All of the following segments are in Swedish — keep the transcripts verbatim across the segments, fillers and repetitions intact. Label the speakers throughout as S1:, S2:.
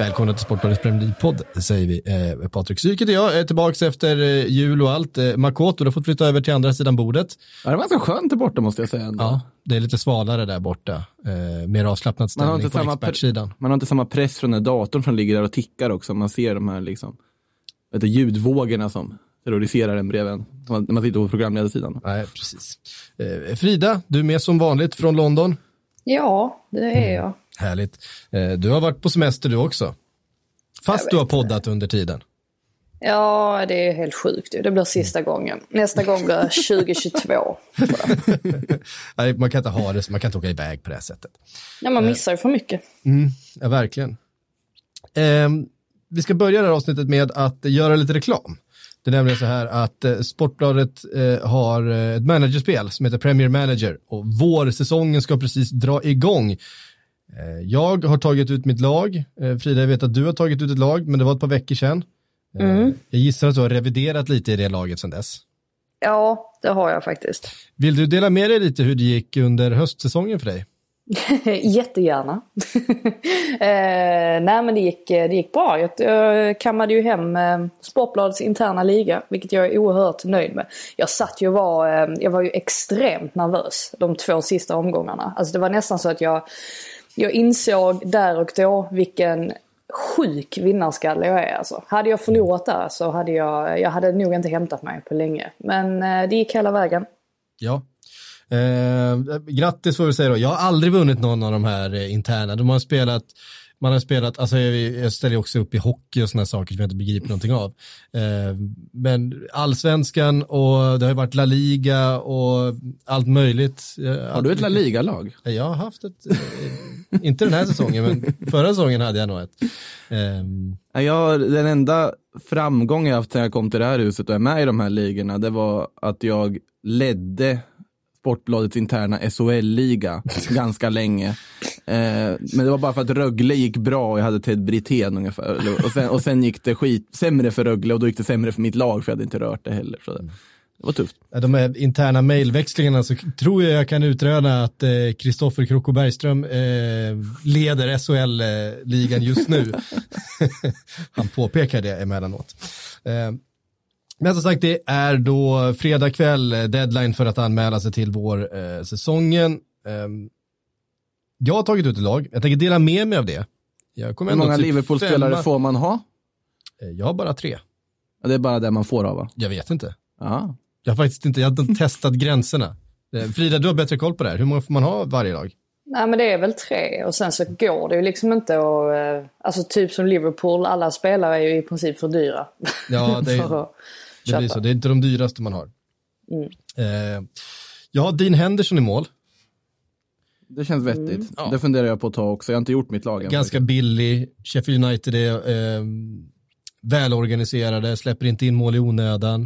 S1: Välkomna till Sportbladets Premier League-podd, säger vi. Eh, Patrik Syk heter jag, är tillbaka efter eh, jul och allt. Eh, Makoto, du har fått flytta över till andra sidan bordet.
S2: Ja, det var ganska skönt där borta, måste jag säga. Ändå.
S1: Ja, det är lite svalare där borta. Eh, mer avslappnad ställning på expertsidan.
S2: Pre- man har inte samma press från den datorn som ligger där och tickar också. Man ser de här liksom, vet du, ljudvågorna som terroriserar en bredvid när man sitter på programledarsidan.
S1: Nej, precis. Eh, Frida, du är med som vanligt från London.
S3: Ja, det är jag.
S1: Härligt. Du har varit på semester du också. Fast du har poddat under tiden.
S3: Ja, det är helt sjukt. Det blir sista gången. Nästa gång blir tjugo tjugotvå.
S1: Nej, man kan inte ha det, man kan inte åka iväg på det här sättet.
S3: Ja, man missar ju för mycket.
S1: Mm, ja, verkligen. Eh, vi ska börja det här avsnittet med att göra lite reklam. Det är nämligen så här att eh, Sportbladet eh, har ett managerspel som heter Premier Manager. Och vårsäsongen ska precis dra igång. Jag har tagit ut mitt lag. Frida, jag vet att du har tagit ut ett lag, men det var ett par veckor sedan. Mm. Jag gissar att du har reviderat lite i det laget sedan dess.
S3: Ja, det har jag faktiskt.
S1: Vill du dela med dig lite hur det gick under höstsäsongen för dig?
S3: Jättegärna. eh, nej, men det gick, det gick bra. Jag, jag kammade ju hem eh, Sportbladets interna liga, vilket jag är oerhört nöjd med. Jag satt ju och var, eh, jag var ju extremt nervös de två sista omgångarna. Alltså det var nästan så att jag Jag insåg där och då vilken sjuk vinnarskalle jag är. Alltså. Hade jag förlorat där så hade jag, jag hade nog inte hämtat mig på länge. Men eh, det gick hela vägen.
S1: Ja. Eh, grattis får vi säga då. Jag har aldrig vunnit någon av de här eh, interna. De har spelat, man har spelat, alltså jag, jag ställer också upp i hockey och såna saker som jag inte begriper någonting av. Eh, men allsvenskan och det har varit La Liga och allt möjligt.
S2: Har allt du ett La Liga-lag?
S1: Jag har haft ett, eh, inte den här säsongen, men förra säsongen hade jag nog ett. Eh,
S2: jag, den enda framgång jag haft när jag kom till det här huset och är med i de här ligorna, det var att jag ledde Sportbladets interna S H L-liga ganska länge. Eh, men det var bara för att Rögle gick bra och jag hade Ted Brithén ungefär. Och sen, och sen gick det skit sämre för Rögle och då gick det sämre för mitt lag för jag hade inte rört det heller. Så det, det var tufft.
S1: De här interna mejlväxlingarna så tror jag jag kan utröna att Kristoffer eh, Kroko Bergström eh, leder S H L-ligan just nu. Han påpekar det emellanåt. Eh, Men som sagt, det är då fredag kväll, deadline för att anmäla sig till vår eh, säsongen. Um, jag har tagit ut ett lag. Jag tänker dela med mig av det. Jag kommer
S2: Hur många
S1: typ
S2: Liverpool-spelare
S1: femma.
S2: får man ha?
S1: Jag har bara tre.
S2: Ja, det är bara det man får av, va?
S1: Jag vet inte.
S2: Ja.
S1: Jag har faktiskt inte, jag har inte testat gränserna. Frida, du har bättre koll på det här. Hur många får man ha varje lag?
S3: Nej, men det är väl tre. Och sen så går det ju liksom inte att, alltså typ som Liverpool, alla spelare är ju i princip för dyra.
S1: Ja, det är, det blir så. Det är inte de dyraste man har.
S3: Mm.
S1: Eh, jag har Dean Henderson i mål.
S2: Det känns vettigt. Mm.
S1: Ja.
S2: Det funderar jag på att ta också. Jag har inte gjort mitt lag än.
S1: Ganska billig. Sheffield United är eh, välorganiserade, släpper inte in mål i onödan.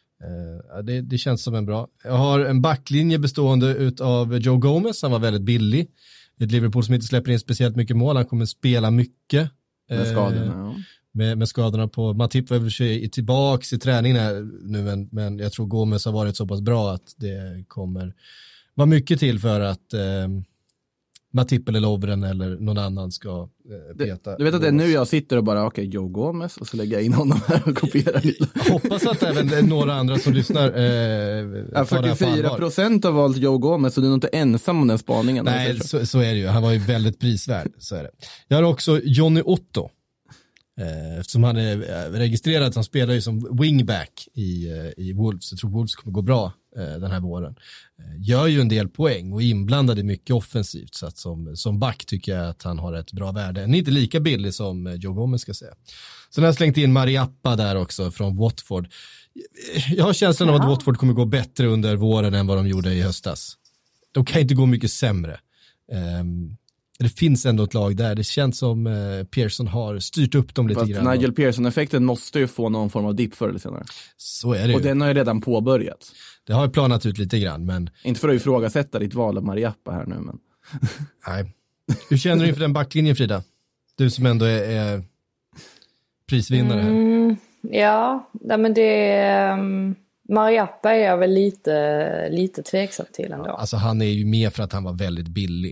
S1: Eh, det, det känns som en bra. Jag har en backlinje bestående av Joe Gomez. Han var väldigt billig. Ett Liverpool som inte släpper in speciellt mycket mål. Han kommer spela mycket.
S2: Med skadorna, ja.
S1: Med, med skadorna på Matip var väl tillbaka i träningen här nu, men, men jag tror Gomez har varit så pass bra att det kommer vara mycket till för att eh, Matip eller Lovren eller någon annan ska eh, peta.
S2: Du, du vet att det är nu jag sitter och bara, okej, okay, Joe Gomez, och så lägger jag in honom här och kopierar lite.
S1: Jag hoppas att även några andra som lyssnar eh,
S2: ja, fyrtiofyra procent har valt Joe Gomez, så du är nog inte ensam om den spaningen.
S1: Nej, så, så är det ju. Han var ju väldigt prisvärd, så är det. Jag har också Johnny Otto. Eftersom han är registrerad, han spelar ju som wingback i, i Wolves. Jag tror Wolves kommer gå bra den här våren. Gör ju en del poäng och inblandad i mycket offensivt. Så att som, som back tycker jag att han har ett bra värde. Han är inte lika billig som Joe Gomez ska säga. Sen har jag slängt in Mariappa där också från Watford. Jag har känslan av att Watford kommer gå bättre under våren än vad de gjorde i höstas. De kan inte gå mycket sämre. Um, Det finns ändå ett lag där. Det känns som eh, Pearson har styrt upp dem lite
S2: Fast
S1: grann.
S2: Nigel Pearson-effekten måste ju få någon form av dipp förr eller senare.
S1: Så är det ju.
S2: Och den har ju redan påbörjat.
S1: Det har ju planat ut lite grann, men...
S2: Inte för att ifrågasätta ditt val av Mariappa här nu, men...
S1: Nej. Hur känner du inför den backlinjen, Frida? Du som ändå är, är prisvinnare här.
S3: Mm, ja, men det... Um... Mariappa är jag väl lite, lite tveksam till ändå.
S1: Alltså han är ju med för att han var väldigt billig.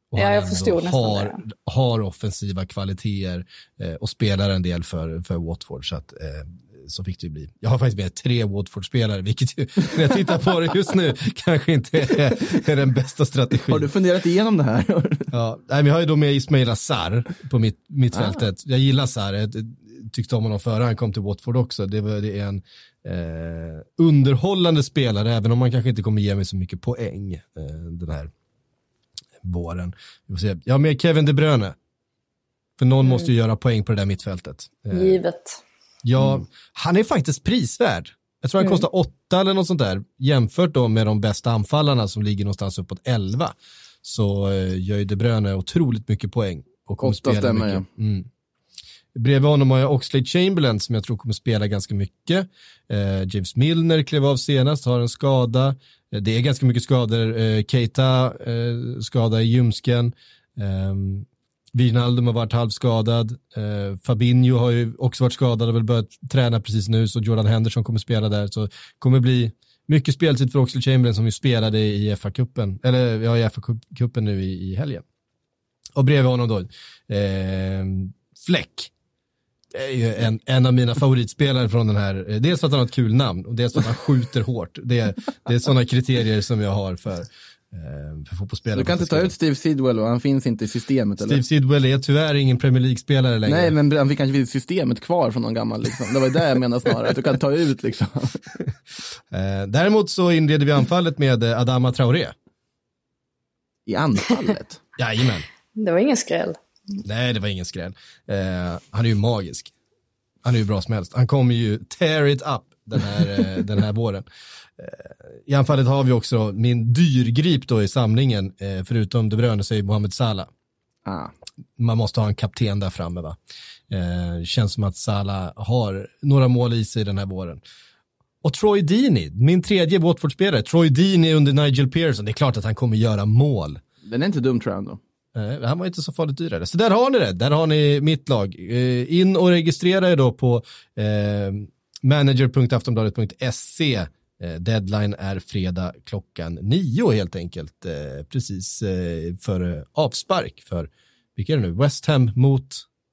S1: Och
S3: ja,
S1: han
S3: jag förstod nästan
S1: har,
S3: det.
S1: har offensiva kvaliteter eh, och spelar en del för, för Watford. Så, att, eh, så fick det ju bli. Jag har faktiskt med tre Watford-spelare, vilket ju, när jag tittar på det just nu kanske inte är, är den bästa strategin.
S2: Har du funderat igenom det här?
S1: Ja, nej, men jag har ju då med Ismail Assar på mitt, mittfältet. Ah. Jag gillar Assar, jag tyckte om honom före han kom till Watford också. Det, var, det är en eh, underhållande spelare, även om man kanske inte kommer ge mig så mycket poäng eh, den här våren. Vi får se. Jag har med Kevin De Bruyne. För någon mm. måste ju göra poäng på det där mittfältet. Eh,
S3: Givet.
S1: Ja, mm. han är faktiskt prisvärd. Jag tror han mm. kostar åtta eller något sånt där. Jämfört då med de bästa anfallarna som ligger någonstans uppåt elva. Så eh, gör ju De Bruyne otroligt mycket poäng. Och kommer
S2: åtta
S1: spela
S2: stämmer,
S1: mycket.
S2: Ja.
S1: Mm. Bredvid honom har jag Oxlade Chamberlain som jag tror kommer spela ganska mycket. Eh, James Milner klev av senast, har en skada. Eh, det är ganska mycket skador. Eh, Keita eh, skada i ljumsken. Eh, Wijnaldum har varit halvskadad. Eh, Fabinho har ju också varit skadad och väl börjat träna precis nu, så Jordan Henderson kommer spela där. Så kommer bli mycket speltid för Oxlade Chamberlain som ju spelade i F A-cupen, eller ja, i F A-cupen nu i, i helgen. Och bredvid honom då eh, Fleck. Det är ju en, en av mina favoritspelare från den här. Dels för att han har ett kul namn och dels för att han skjuter hårt. Det är, det är sådana kriterier som jag har för, eh, för fotbollsspelare.
S2: Du kan inte ta ut Steve Sidwell och han finns inte i systemet.
S1: Steve
S2: eller?
S1: Sidwell är tyvärr ingen Premier League-spelare längre.
S2: Nej, men han fick kanske finnas systemet kvar från någon gammal. Liksom. Det var det jag menade snarare, att du kan ta ut liksom.
S1: eh, däremot så inleder vi anfallet med Adama Traoré.
S2: I anfallet?
S1: Jajamän.
S3: Det var ingen skräll.
S1: Nej, det var ingen skräll. Eh, han är ju magisk. Han är ju bra som helst. Han kommer ju tear it up den här, eh, den här våren. Eh, I anfallet har vi också min dyrgrip då i samlingen. Eh, förutom De Bruyne så är Mohamed Salah.
S2: Ah.
S1: Man måste ha en kapten där framme, va? Eh, känns som att Salah har några mål i sig den här våren. Och Troy Deeney, min tredje Watford-spelare. Troy Deeney under Nigel Pearson. Det är klart att han kommer göra mål.
S2: Den är inte dum, tror jag ändå.
S1: Nej, han var inte så farligt dyrare. Så där har ni det. Där har ni mitt lag. Eh, in och registrera er då på eh, manager punkt aftonbladet punkt se. Eh, deadline är fredag klockan nio helt enkelt. Eh, precis eh, för avspark för, vilka är det nu? West Ham mot...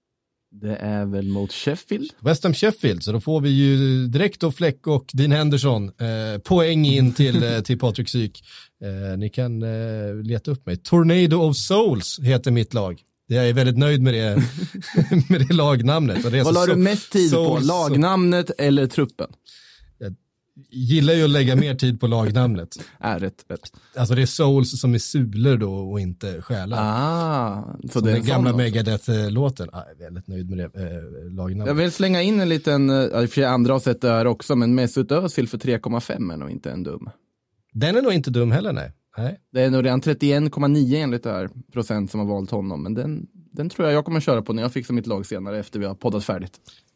S2: Det är väl mot Sheffield?
S1: West Ham Sheffield, så då får vi ju direkt då Fleck och Dean Henderson eh, poäng in till, eh, till Patrik Syk. Eh, ni kan eh, leta upp mig. Tornado of Souls heter mitt lag. Jag är väldigt nöjd med det, med det lagnamnet. Och det är
S2: vad la
S1: så,
S2: du mest tid
S1: Souls,
S2: på? Lagnamnet eller truppen?
S1: Jag gillar ju att lägga mer tid på lagnamnet.
S2: Är rätt, rätt.
S1: Alltså det är Souls som är sulor då och inte själar.
S2: Ah, så
S1: som
S2: det är
S1: den gamla
S2: sån
S1: Megadeth-låten. Ah, jag är väldigt nöjd med det eh, lagnamnet.
S2: Jag vill slänga in en liten, i och för sig andra har sett det här också, men Mesut Özil för tre komma fem är nog inte en dum.
S1: Den är nog inte dum heller, nej. nej.
S2: Det är nog redan trettioen komma nio enligt det här procent som har valt honom, men den, den tror jag jag kommer köra på när jag fixar mitt lag senare efter vi har poddat färdigt.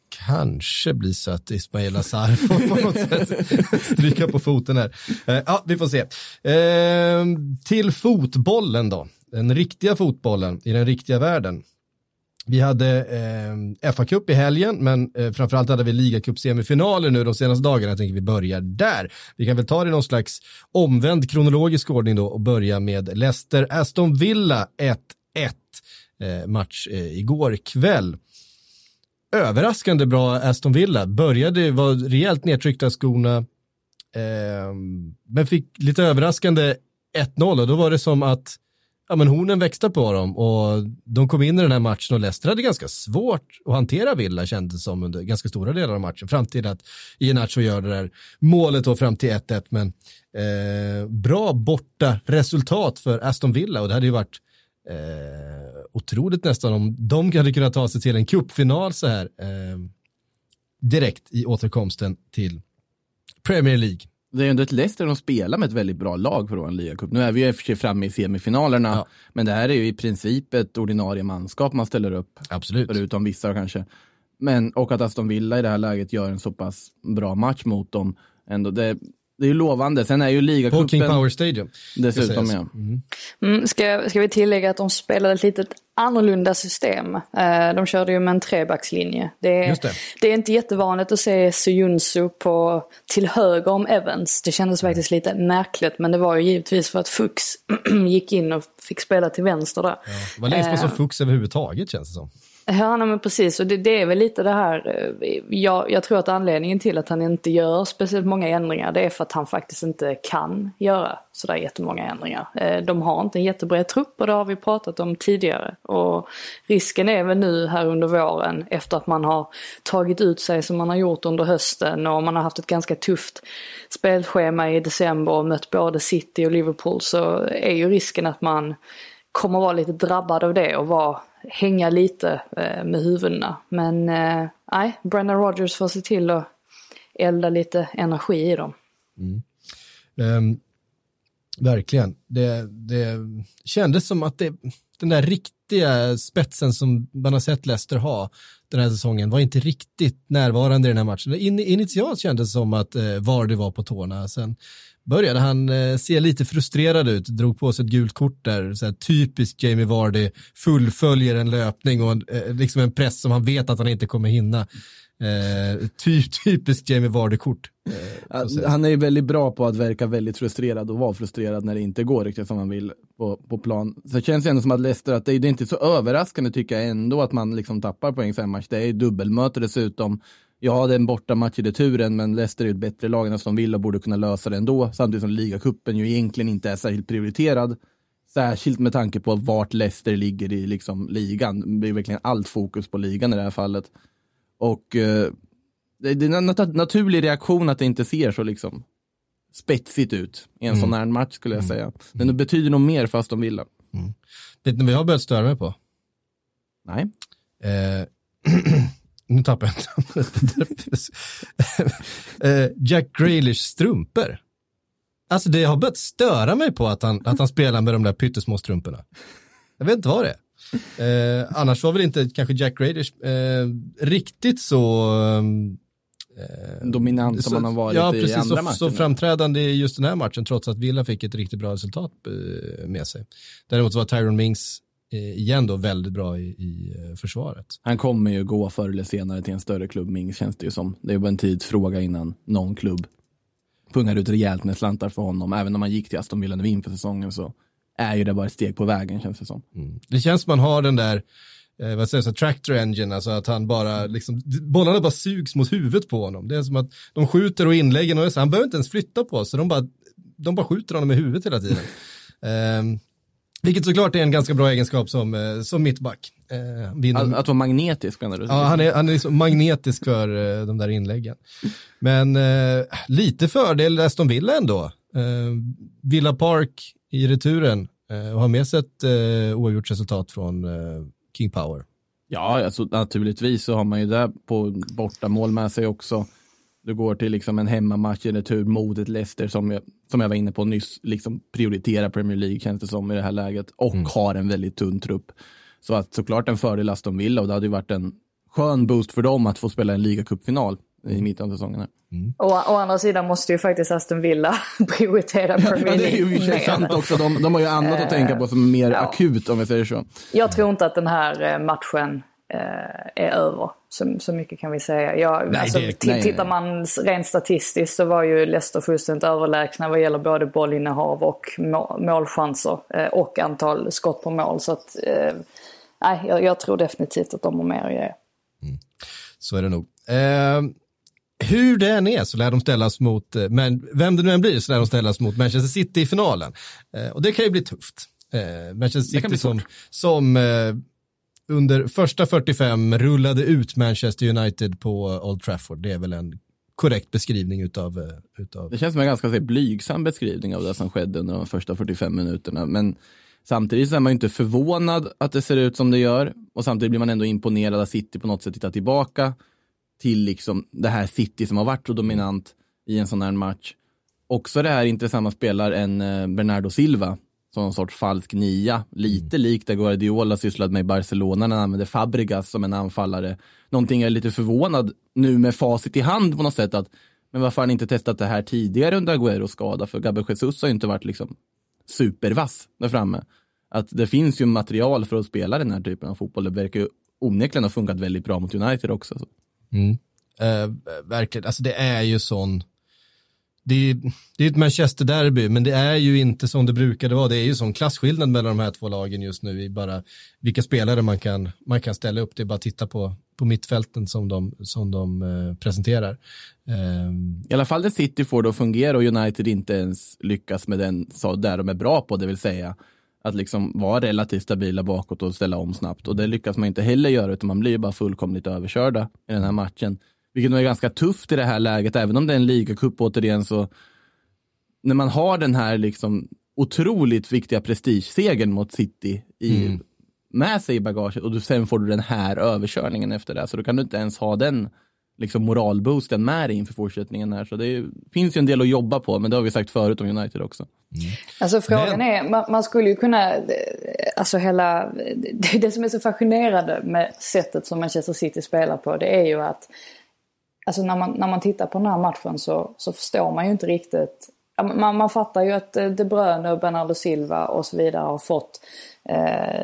S1: Kanske blir så att Ismail Assar får på något sätt stryka på foten här. Eh, ja, vi får se. Eh, till fotbollen då. Den riktiga fotbollen i den riktiga världen. Vi hade eh, F A-cup i helgen, men eh, framförallt hade vi ligacup-semifinaler nu de senaste dagarna. Jag tänker vi börjar där. Vi kan väl ta det i någon slags omvänd kronologisk ordning då och börja med Leicester Aston Villa ett ett eh, match eh, igår kväll. Överraskande bra Aston Villa. Började vara rejält nedtryckta skorna. Eh, men fick lite överraskande ett noll och då var det som att ja, men hornen växte på dem och de kom in i den här matchen och Leicester hade ganska svårt att hantera Villa, kändes som under ganska stora delar av matchen. Fram till att Iheanacho gör det där målet och fram till ett ett. Men eh, bra borta resultat för Aston Villa och det hade ju varit Eh, otroligt nästan om de hade kunnat ta sig till en cupfinal så här eh, direkt i återkomsten till Premier League.
S2: Det är ju ändå ett Leicester som spelar med ett väldigt bra lag för en ligacup. Nu är vi ju i och för sig framme i semifinalerna, ja. Men det här är ju i princip ett ordinarie manskap man ställer upp.
S1: Absolut.
S2: Förutom vissa kanske. Men, och att Aston Villa i det här läget gör en så pass bra match mot dem. Ändå, det, det är ju lovande. Sen är ju ligacupen...
S1: På King Power Stadium.
S2: Dessutom, ja.
S1: Mm.
S3: Mm, ska, ska vi tillägga att de spelade ett litet annorlunda system. Eh, de körde ju med en trebackslinje. Det är,
S1: Just det.
S3: det är inte jättevanligt att se Suyuncu på, till höger om Evans. Det kändes faktiskt lite märkligt, men det var ju givetvis för att Fuchs gick in och fick spela till vänster där.
S1: Ja. Det var länge som eh. Fuchs överhuvudtaget, känns det som.
S3: Ja, men precis. Och det, det är väl lite det här, jag, jag tror att anledningen till att han inte gör speciellt många ändringar, det är för att han faktiskt inte kan göra sådär jättemånga ändringar. De har inte en jättebred trupp och det har vi pratat om tidigare. Och risken är väl nu här under våren, efter att man har tagit ut sig som man har gjort under hösten och man har haft ett ganska tufft spelschema i december och mött både City och Liverpool, så är ju risken att man kommer vara lite drabbad av det och vara hänga lite eh, med huvudena. Men eh, nej, Brendan Rodgers får se till att elda lite energi i dem.
S1: Mm. Um, verkligen. Det, det kändes som att det, den där riktiga spetsen som man har sett Leicester ha den här säsongen var inte riktigt närvarande i den här matchen. In, initialt kändes det som att eh, Vardy var på tårna. Sen började han eh, se lite frustrerad ut, drog på sig ett gult kort där, så här, typiskt Jamie Vardy, fullföljer en löpning och en, eh, liksom en press som han vet att han inte kommer hinna. Eh, ty, typiskt Jamie Vardy-kort. Eh,
S2: han är ju väldigt bra på att verka väldigt frustrerad och vara frustrerad när det inte går riktigt som man vill på, på plan. Så det känns ändå som att Leicester, att det, det är inte så överraskande tycker jag ändå att man liksom tappar poäng för en match. Det är dubbelmöte dessutom. Ja, det är en borta match i returen, men Leicester är ett bättre lag än som vill och borde kunna lösa det ändå. Samtidigt som ligacupen ju egentligen inte är särskilt prioriterad. Särskilt med tanke på vart Leicester ligger i liksom ligan. Det är verkligen allt fokus på ligan i det här fallet. Och eh, det är en nat- naturlig reaktion att det inte ser så liksom spetsigt ut i en mm. sån här match skulle jag säga. Men det betyder nog mer fast de vill.
S1: Mm. Vet ni vad jag har börjat störa mig på?
S2: Nej.
S1: Eh, nu tappar jag eh, Jack Grealish strumpor. Alltså det har börjat störa mig på att han, att han spelar med de där pyttesmå strumporna. Jag vet inte vad det är. Eh, annars var väl inte kanske Jack Grealish eh, riktigt så
S2: eh, dominant som han har varit
S1: ja,
S2: i
S1: precis,
S2: andra
S1: så,
S2: matcher.
S1: så framträdande i just den här matchen, trots att Villa fick ett riktigt bra resultat eh, med sig. Däremot var Tyrone Mings eh, igen då väldigt bra i, i eh, försvaret.
S2: Han kommer ju gå förr eller senare till en större klubb, Mings känns det ju som. Det är bara en tidsfråga innan någon klubb pungar ut rejält med slantar för honom. Även om han gick till Aston Villa nu inför säsongen så är ju det bara ett steg på vägen, känns det som.
S1: Mm. Det känns som man har den där eh, vad säger jag, tractor engine, alltså att han bara liksom, bollarna bara sugs mot huvudet på honom. Det är som att de skjuter och inläggen och så, han behöver inte ens flytta på sig, de bara, de bara skjuter honom i huvudet hela tiden. eh, vilket såklart är en ganska bra egenskap som, eh, som mittback. Eh,
S2: att, att vara magnetisk menar du?
S1: Ja, han är, han är liksom magnetisk för eh, de där inläggen. Men eh, lite fördel Aston Villa ändå. Eh, Villa Park i returen eh, och har med sig ett eh, oavgjort resultat från eh, King Power.
S2: Ja, alltså, naturligtvis så har man ju där på bortamål med sig också. Du går till liksom en hemmamatch i retur mot ett Leicester som jag, som jag var inne på nyss, liksom prioriterar Premier League känns det som i det här läget och mm. har en väldigt tunn trupp. Så att såklart en fördel Aston Villa och det hade ju varit en skön boost för dem att få spela en ligacupfinal i mitten av säsongen.
S3: Mm. Och å andra sidan måste ju faktiskt Aston Villa prioritera Premier League.
S2: Ja, det är ju sant också. De, de har ju annat att tänka på som är mer ja. akut om vi säger så.
S3: Jag tror inte att den här matchen eh, är över. Så, så mycket kan vi säga. Jag, nej, alltså, det, t- nej, tittar man rent statistiskt så var ju Leicester fullständigt överlägsna vad gäller både bollinnehav och må- målchanser eh, och antal skott på mål. Så att, eh, nej, jag, jag tror definitivt att de har mer att ge.
S1: Mm. Så är det nog. Eh... Hur det än är så lär de ställas mot, men vem det nu än blir så lär de ställas mot Manchester City i finalen. Eh, och det kan ju bli tufft. Eh, Manchester City som, som eh, under första fyrtiofem rullade ut Manchester United på Old Trafford. Det är väl en korrekt beskrivning utav... utav...
S2: Det känns som en ganska så, blygsam beskrivning av det som skedde under de första fyrtiofem minuterna. Men samtidigt så är man ju inte förvånad att det ser ut som det gör. Och samtidigt blir man ändå imponerad att City på något sätt tittar tillbaka till liksom det här City som har varit så dominant i en sån här match. Också det här intressanta spelar en Bernardo Silva som en sorts falsk nia. Lite mm. likt där Guardiola sysslade med i Barcelona när han använde Fabregas som en anfallare. Någonting jag är lite förvånad nu med facit i hand på något sätt att Men varför har han inte testat det här tidigare under Agüeros skada? För Gabriel Jesus har ju inte varit liksom supervass där framme. Att det finns ju material för att spela den här typen av fotboll. Det verkar ju onekligen ha funkat väldigt bra mot United också.
S1: Mm. Uh, verkligen, alltså det är ju sån det är, det är ett Manchester-derby, men det är ju inte som det brukade vara. Det är ju sån klasskillnad mellan de här två lagen just nu i bara vilka spelare man kan, man kan ställa upp. Det är bara att titta på, på mittfälten som de, som de uh, presenterar. Uh,
S2: I alla fall det City får då fungera och United inte ens lyckas med den så där de är bra på, det vill säga att liksom vara relativt stabila bakåt och ställa om snabbt. Och det lyckas man inte heller göra, utan man blir bara fullkomligt överkörda i den här matchen. Vilket är ganska tufft i det här läget, även om det är en ligacup återigen, så när man har den här liksom otroligt viktiga prestigesegern mot City i, mm. med sig i bagaget, och du, sen får du den här överkörningen efter det, så då kan du inte ens ha den liksom moralboosten med dig inför fortsättningen här. Så det är, finns ju en del att jobba på, men det har vi sagt förut om United också.
S3: Mm. Alltså frågan men... är, man, man skulle ju kunna, alltså hela, det, det som är så fascinerande med sättet som Manchester City spelar på, det är ju att alltså när man, när man tittar på den här matchen så, så förstår man ju inte riktigt, man, man fattar ju att De Bruyne och Bernardo Silva och så vidare har fått eh,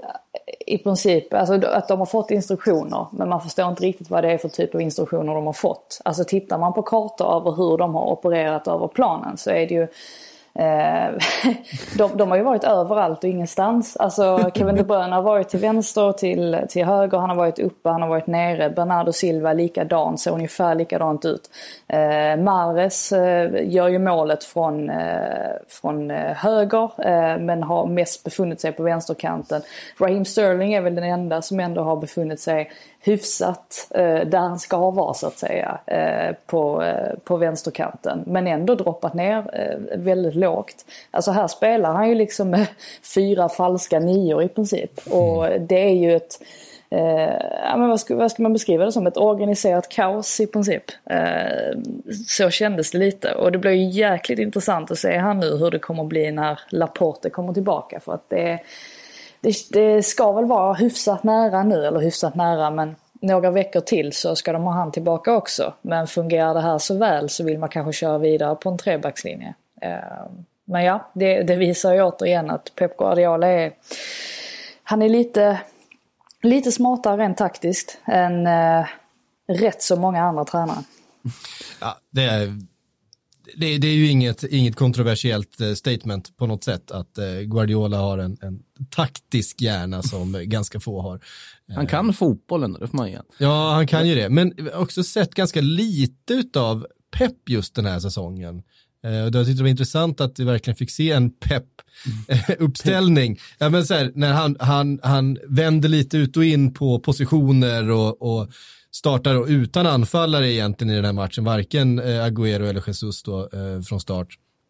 S3: i princip, alltså att de har fått instruktioner, men man förstår inte riktigt vad det är för typ av instruktioner de har fått. Alltså tittar man på kartor över hur de har opererat över planen, så är det ju eh, de, de har ju varit överallt och ingenstans. Alltså Kevin De Bruyne har varit till vänster, till, till höger, han har varit uppe, han har varit nere. Bernardo Silva likadan, ser ungefär likadant ut. eh, Mahrez eh, gör ju målet från, eh, från eh, höger, eh, men har mest befunnit sig på vänsterkanten. Raheem Sterling är väl den enda som ändå har befunnit sig hyfsat eh, där han ska vara, så att säga, eh, på, eh, på vänsterkanten, men ändå droppat ner eh, väldigt lågt. Alltså här spelar han ju liksom med fyra falska nior i princip, och det är ju ett eh, ja, men vad, ska, vad ska man beskriva det som? Ett organiserat kaos i princip. Eh, så kändes det lite, och det blir ju jäkligt intressant att se här nu hur det kommer att bli när Laporte kommer tillbaka, för att det Det, det ska väl vara hyfsat nära nu, eller hyfsat nära, men några veckor till så ska de ha han tillbaka också. Men fungerar det här så väl så vill man kanske köra vidare på en trebackslinje. Men ja, det, det visar ju återigen att Pep Guardiola är, han är lite, lite smartare rent taktiskt än eh, rätt så många andra tränare.
S1: Ja, det är... Det, det är ju inget, inget kontroversiellt statement på något sätt att eh, Guardiola har en, en taktisk hjärna som ganska få har.
S2: Han kan fotbollen, det får man igen.
S1: Ja, han kan ju det. Men också sett ganska lite utav Pep just den här säsongen. Eh, och det tyckte det var intressant att vi verkligen fick se en Pep-uppställning. Ja, men så här, när han, han, han vänder lite ut och in på positioner och, och startar utan anfallare egentligen i den här matchen, varken eh, Agüero eller Jesus då, eh, från start.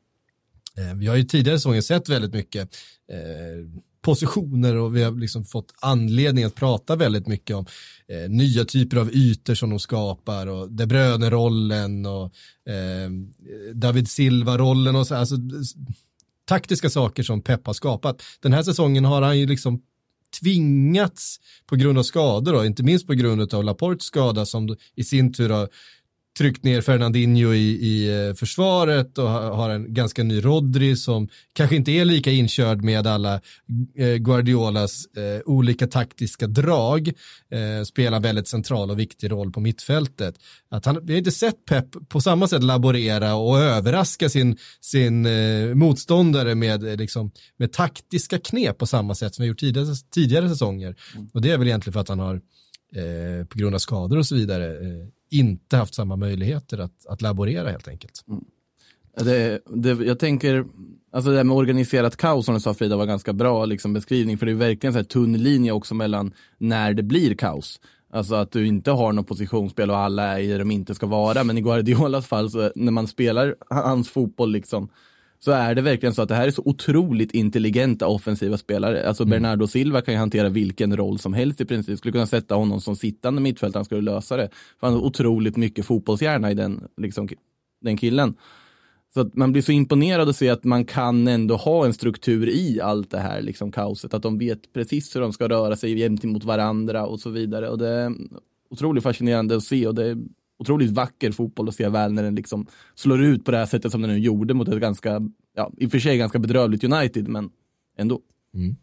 S1: Eh, vi har ju tidigare säsongen sett väldigt mycket eh, positioner, och vi har liksom fått anledning att prata väldigt mycket om eh, nya typer av ytor som de skapar, och De Bruyne-rollen och eh, David Silva-rollen och så, alltså taktiska saker som Pep har skapat. Den här säsongen har han ju liksom tvingats på grund av skador då, inte minst på grund av Laportes skada som i sin tur har tryckt ner Fernandinho i, i försvaret, och har en ganska ny Rodri som kanske inte är lika inkörd med alla eh, Guardiolas eh, olika taktiska drag, eh, spelar väldigt central och viktig roll på mittfältet. Att han, vi har inte sett Pep på samma sätt laborera och överraska sin, sin eh, motståndare med, eh, liksom, med taktiska knep på samma sätt som vi gjort tidigare, tidigare säsonger. Mm. Och det är väl egentligen för att han har eh, på grund av skador och så vidare eh, inte haft samma möjligheter att, att laborera helt enkelt.
S2: Mm. Det, det, jag tänker, alltså det här med organiserat kaos som du sa, Frida, var ganska bra liksom beskrivning, för det är verkligen så här tunn linje också mellan när det blir kaos. Alltså att du inte har någon positionsspel och alla är i de inte ska vara, men i Guardiolas fall så när man spelar hans fotboll liksom, så är det verkligen så att det här är så otroligt intelligenta offensiva spelare. Alltså mm. Bernardo Silva kan ju hantera vilken roll som helst i princip. Skulle kunna sätta honom som sittande mittfältare, han skulle lösa det. För han har otroligt mycket fotbollshjärna i den, liksom, den killen. Så att man blir så imponerad att se att man kan ändå ha en struktur i allt det här liksom, kaoset. Att de vet precis hur de ska röra sig gentemot varandra och så vidare. Och det är otroligt fascinerande att se, och det otroligt vacker fotboll att se väl när den liksom slår ut på det här sättet som den nu gjorde mot ett ganska, ja, i och för sig ganska bedrövligt United, men ändå.
S1: Mm.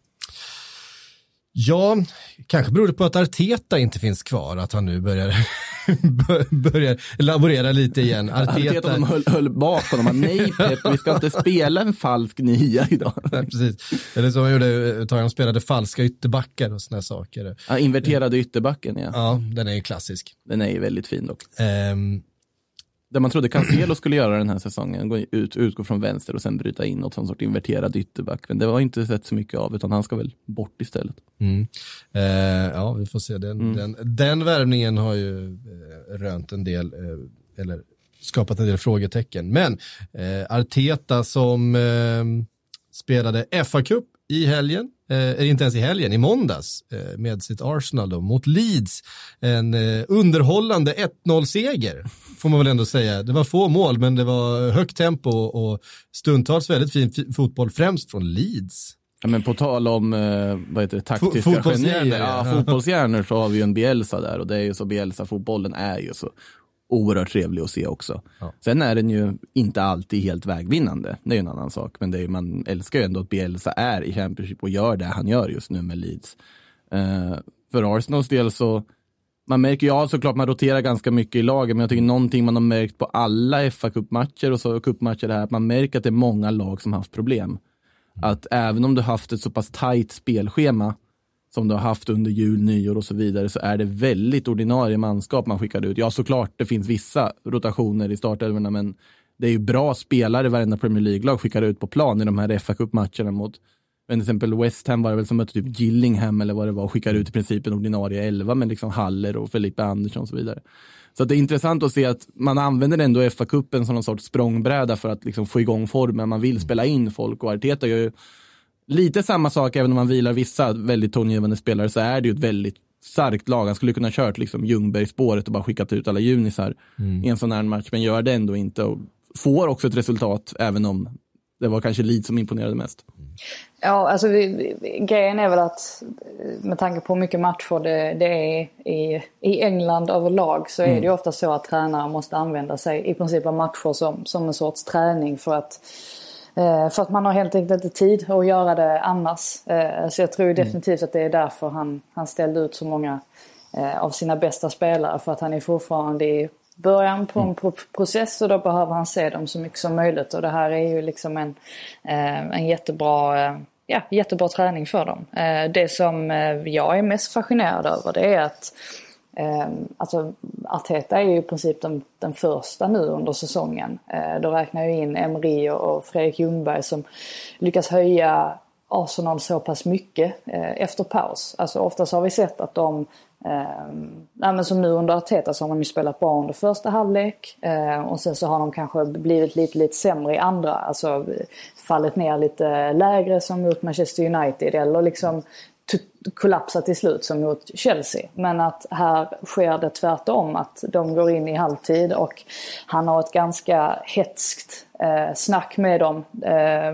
S1: Ja, kanske beror det på att Arteta inte finns kvar, att han nu börjar, börjar laborera lite igen. Arteta,
S2: Arteta de höll, höll bak honom. Nej Pep, vi ska inte spela en falsk nia idag.
S1: Nej, precis. Eller så han gjorde, de spelade falska ytterbackar och såna saker.
S2: Ja, inverterade ytterbacken, ja.
S1: Ja, den är ju klassisk.
S2: Den är ju väldigt fin dock.
S1: Um,
S2: Där man trodde Cancelo skulle göra den här säsongen, gå ut, utgå från vänster och sen bryta in något som sort inverterad ytterback. Men det var inte sett så mycket av, utan han ska väl bort istället.
S1: Mm. Uh, ja, vi får se. Den, mm. den, den värvningen har ju uh, rönt en del, uh, eller skapat en del frågetecken. Men uh, Arteta som uh, spelade F A-cup i helgen, eh, inte ens i helgen, i måndags eh, med sitt Arsenal då, mot Leeds. En eh, underhållande ett noll-seger, får man väl ändå säga. Det var få mål, men det var högt tempo och stundtals väldigt fin f- fotboll, främst från Leeds.
S2: Ja, men på tal om eh, vad heter det, taktiska
S1: F- fotbollshjärnor,
S2: genier, ja, ja. fotbollshjärnor, så har vi ju en Bielsa där, och det är ju så, Bielsa-fotbollen är ju så oerhört trevlig att se också. Ja. Sen är den ju inte alltid helt vägvinnande. Det är ju en annan sak. Men det är ju, man älskar ju ändå att Bielsa är i Championship och gör det han gör just nu med Leeds. Uh, för Arsenals del så man märker ju, ja, såklart man roterar ganska mycket i laget, men jag tycker någonting man har märkt på alla F A-cupmatcher och så cupmatcher det här, att man märker att det är många lag som har haft problem. Mm. Att även om du har haft ett så pass tajt spelschema som du har haft under jul, nyår och så vidare, så är det väldigt ordinarie manskap man skickar ut. Ja, såklart, det finns vissa rotationer i startelvorna, men det är ju bra spelare varenda Premier League-lag skickar ut på plan i de här F A-cup-matcherna mot, till exempel West Ham var det väl som mötte typ Gillingham eller vad det var, och skickar ut i princip en ordinarie elva med liksom Haller och Felipe Andersson och så vidare. Så att det är intressant att se att man använder ändå F A-cupen som någon sorts språngbräda för att liksom få igång formen. Man vill spela in folk, och Arteta gör ju lite samma sak. Även om man vilar vissa väldigt tongivande spelare, så är det ju ett väldigt starkt lag. Han skulle kunna ha kört liksom Ljungberg-spåret och bara skickat ut alla junisar mm. i en sån här match, men gör det ändå inte och får också ett resultat, även om det var kanske Leeds som imponerade mest.
S3: Ja, alltså vi, grejen är väl att med tanke på hur mycket matcher det, det är i, i England överlag, så är mm. det ju ofta så att tränare måste använda sig i princip av matcher som, som en sorts träning för att För att man har helt enkelt inte tid att göra det annars. Så jag tror definitivt att det är därför han, han ställde ut så många av sina bästa spelare. För att han är fortfarande i början på en pro- process, och då behöver han se dem så mycket som möjligt. Och det här är ju liksom en, en jättebra, ja, jättebra träning för dem. Det som jag är mest fascinerad över, det är att Eh, alltså Arteta är ju i princip den, den första nu under säsongen. Eh, då räknar jag in Emery och, och Fredrik Ljungberg som lyckas höja Arsenal så pass mycket eh, efter paus. Alltså oftast har vi sett att de eh, nej, men som nu under Arteta så har de ju spelat bra under första halvlek, eh, och sen så har de kanske blivit lite, lite sämre i andra, alltså fallit ner lite lägre som mot Manchester United, eller liksom kollapsa till slut som mot Chelsea. Men att här sker det tvärtom, att de går in i halvtid och han har ett ganska hetskt eh, snack med dem eh,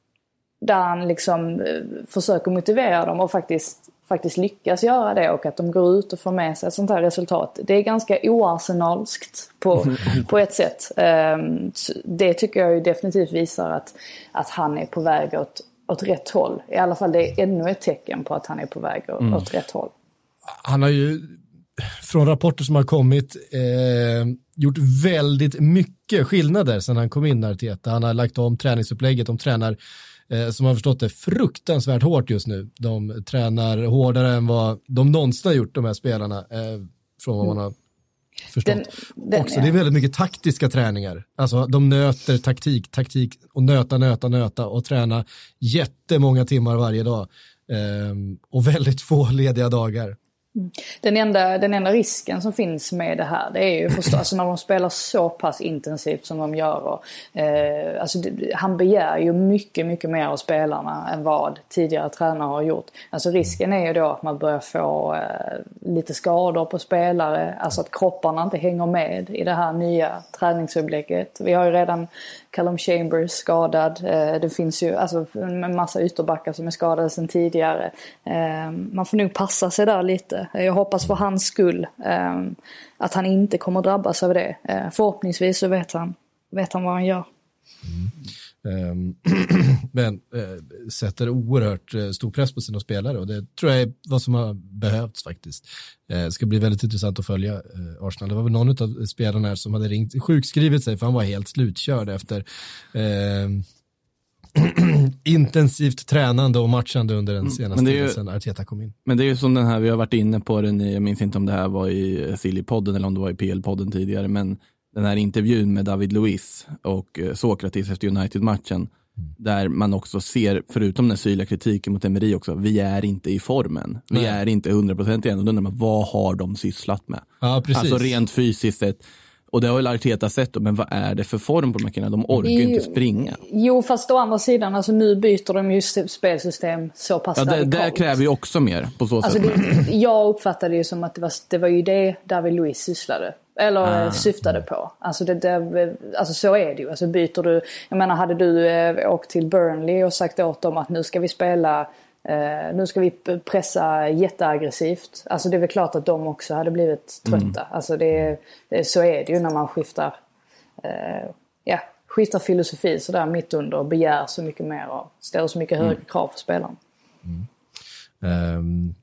S3: där han liksom eh, försöker motivera dem och faktiskt, faktiskt lyckas göra det, och att de går ut och får med sig ett sånt här resultat. Det är ganska oarsenalskt på, på ett sätt. Eh, det tycker jag ju definitivt visar att, att han är på väg åt åt rätt håll. I alla fall det är ännu ett tecken på att han är på väg åt mm. rätt håll.
S1: Han har ju från rapporter som har kommit eh, gjort väldigt mycket skillnader sedan han kom in, Arteta. Han har lagt om träningsupplägget. De tränar, eh, som har förstått det, fruktansvärt hårt just nu. De tränar hårdare än vad de någonsin har gjort, de här spelarna, eh, från vad man har förstått. Den, den, också, ja. Det är väldigt mycket taktiska träningar. Alltså de nöter taktik, taktik och nöta, nöta, nöta och träna jättemånga timmar varje dag. Ehm, och väldigt få lediga dagar.
S3: Den enda, den enda risken som finns med det här, det är ju förstås alltså när de spelar så pass intensivt som de gör. Och, eh, alltså det, han begär ju mycket, mycket mer av spelarna än vad tidigare tränare har gjort. Alltså risken är ju då att man börjar få eh, lite skador på spelare. Alltså att kropparna inte hänger med i det här nya träningsupplägget. Vi har ju redan Callum Chambers skadad. Eh, det finns ju alltså, en massa ytterbackar som är skadade sedan tidigare. Eh, man får nog passa sig där lite. spännande. Jag hoppas för hans skull eh, att han inte kommer drabbas av det. Eh, förhoppningsvis så vet han, vet han vad han gör.
S1: Mm. Men äh, sätter oerhört äh, stor press på sina spelare, och det tror jag är vad som har behövts faktiskt. Det äh, ska bli väldigt intressant att följa äh, Arsenal. Det var väl någon av spelarna här som hade ringt, sjukskrivit sig för han var helt slutkörd efter äh, intensivt tränande och matchande under den senaste tiden sedan Arteta kom in.
S2: Men det är ju som den här, vi har varit inne på den i, jag minns inte om det här var i Silly-podden eller om det var i P L-podden tidigare, men den här intervjun med David Luiz och Sokratis efter United-matchen, mm. där man också ser, förutom den syrliga kritiken mot Emery också, vi är inte i formen. Vi Nej. är inte hundra procent igen. Och då undrar man, vad har de sysslat med?
S1: Ja, precis.
S2: Alltså rent fysiskt sett. Och det har väl Arteta sett, men vad är det för form på de här killarna? De orkar ju inte springa.
S3: Jo, fast å andra sidan, alltså nu byter de ju spelsystem så pass
S2: ja, det, det kräver ju också mer på så
S3: alltså
S2: sätt.
S3: Det, jag uppfattade ju som att det var, det var ju det David Luiz sysslade. Eller ah. syftade på. Alltså, det, det, alltså så är det ju. Alltså byter du, jag menar, hade du eh, åkt till Burnley och sagt åt dem att nu ska vi spela, eh, nu ska vi pressa jätteaggressivt. Alltså det är väl klart att de också hade blivit trötta. Mm. Alltså det, det, så är det ju när man skiftar, eh, ja, skiftar filosofi så där mitt under och begär så mycket mer och ställer så mycket högre mm. krav för spelaren.
S1: Mm. Um.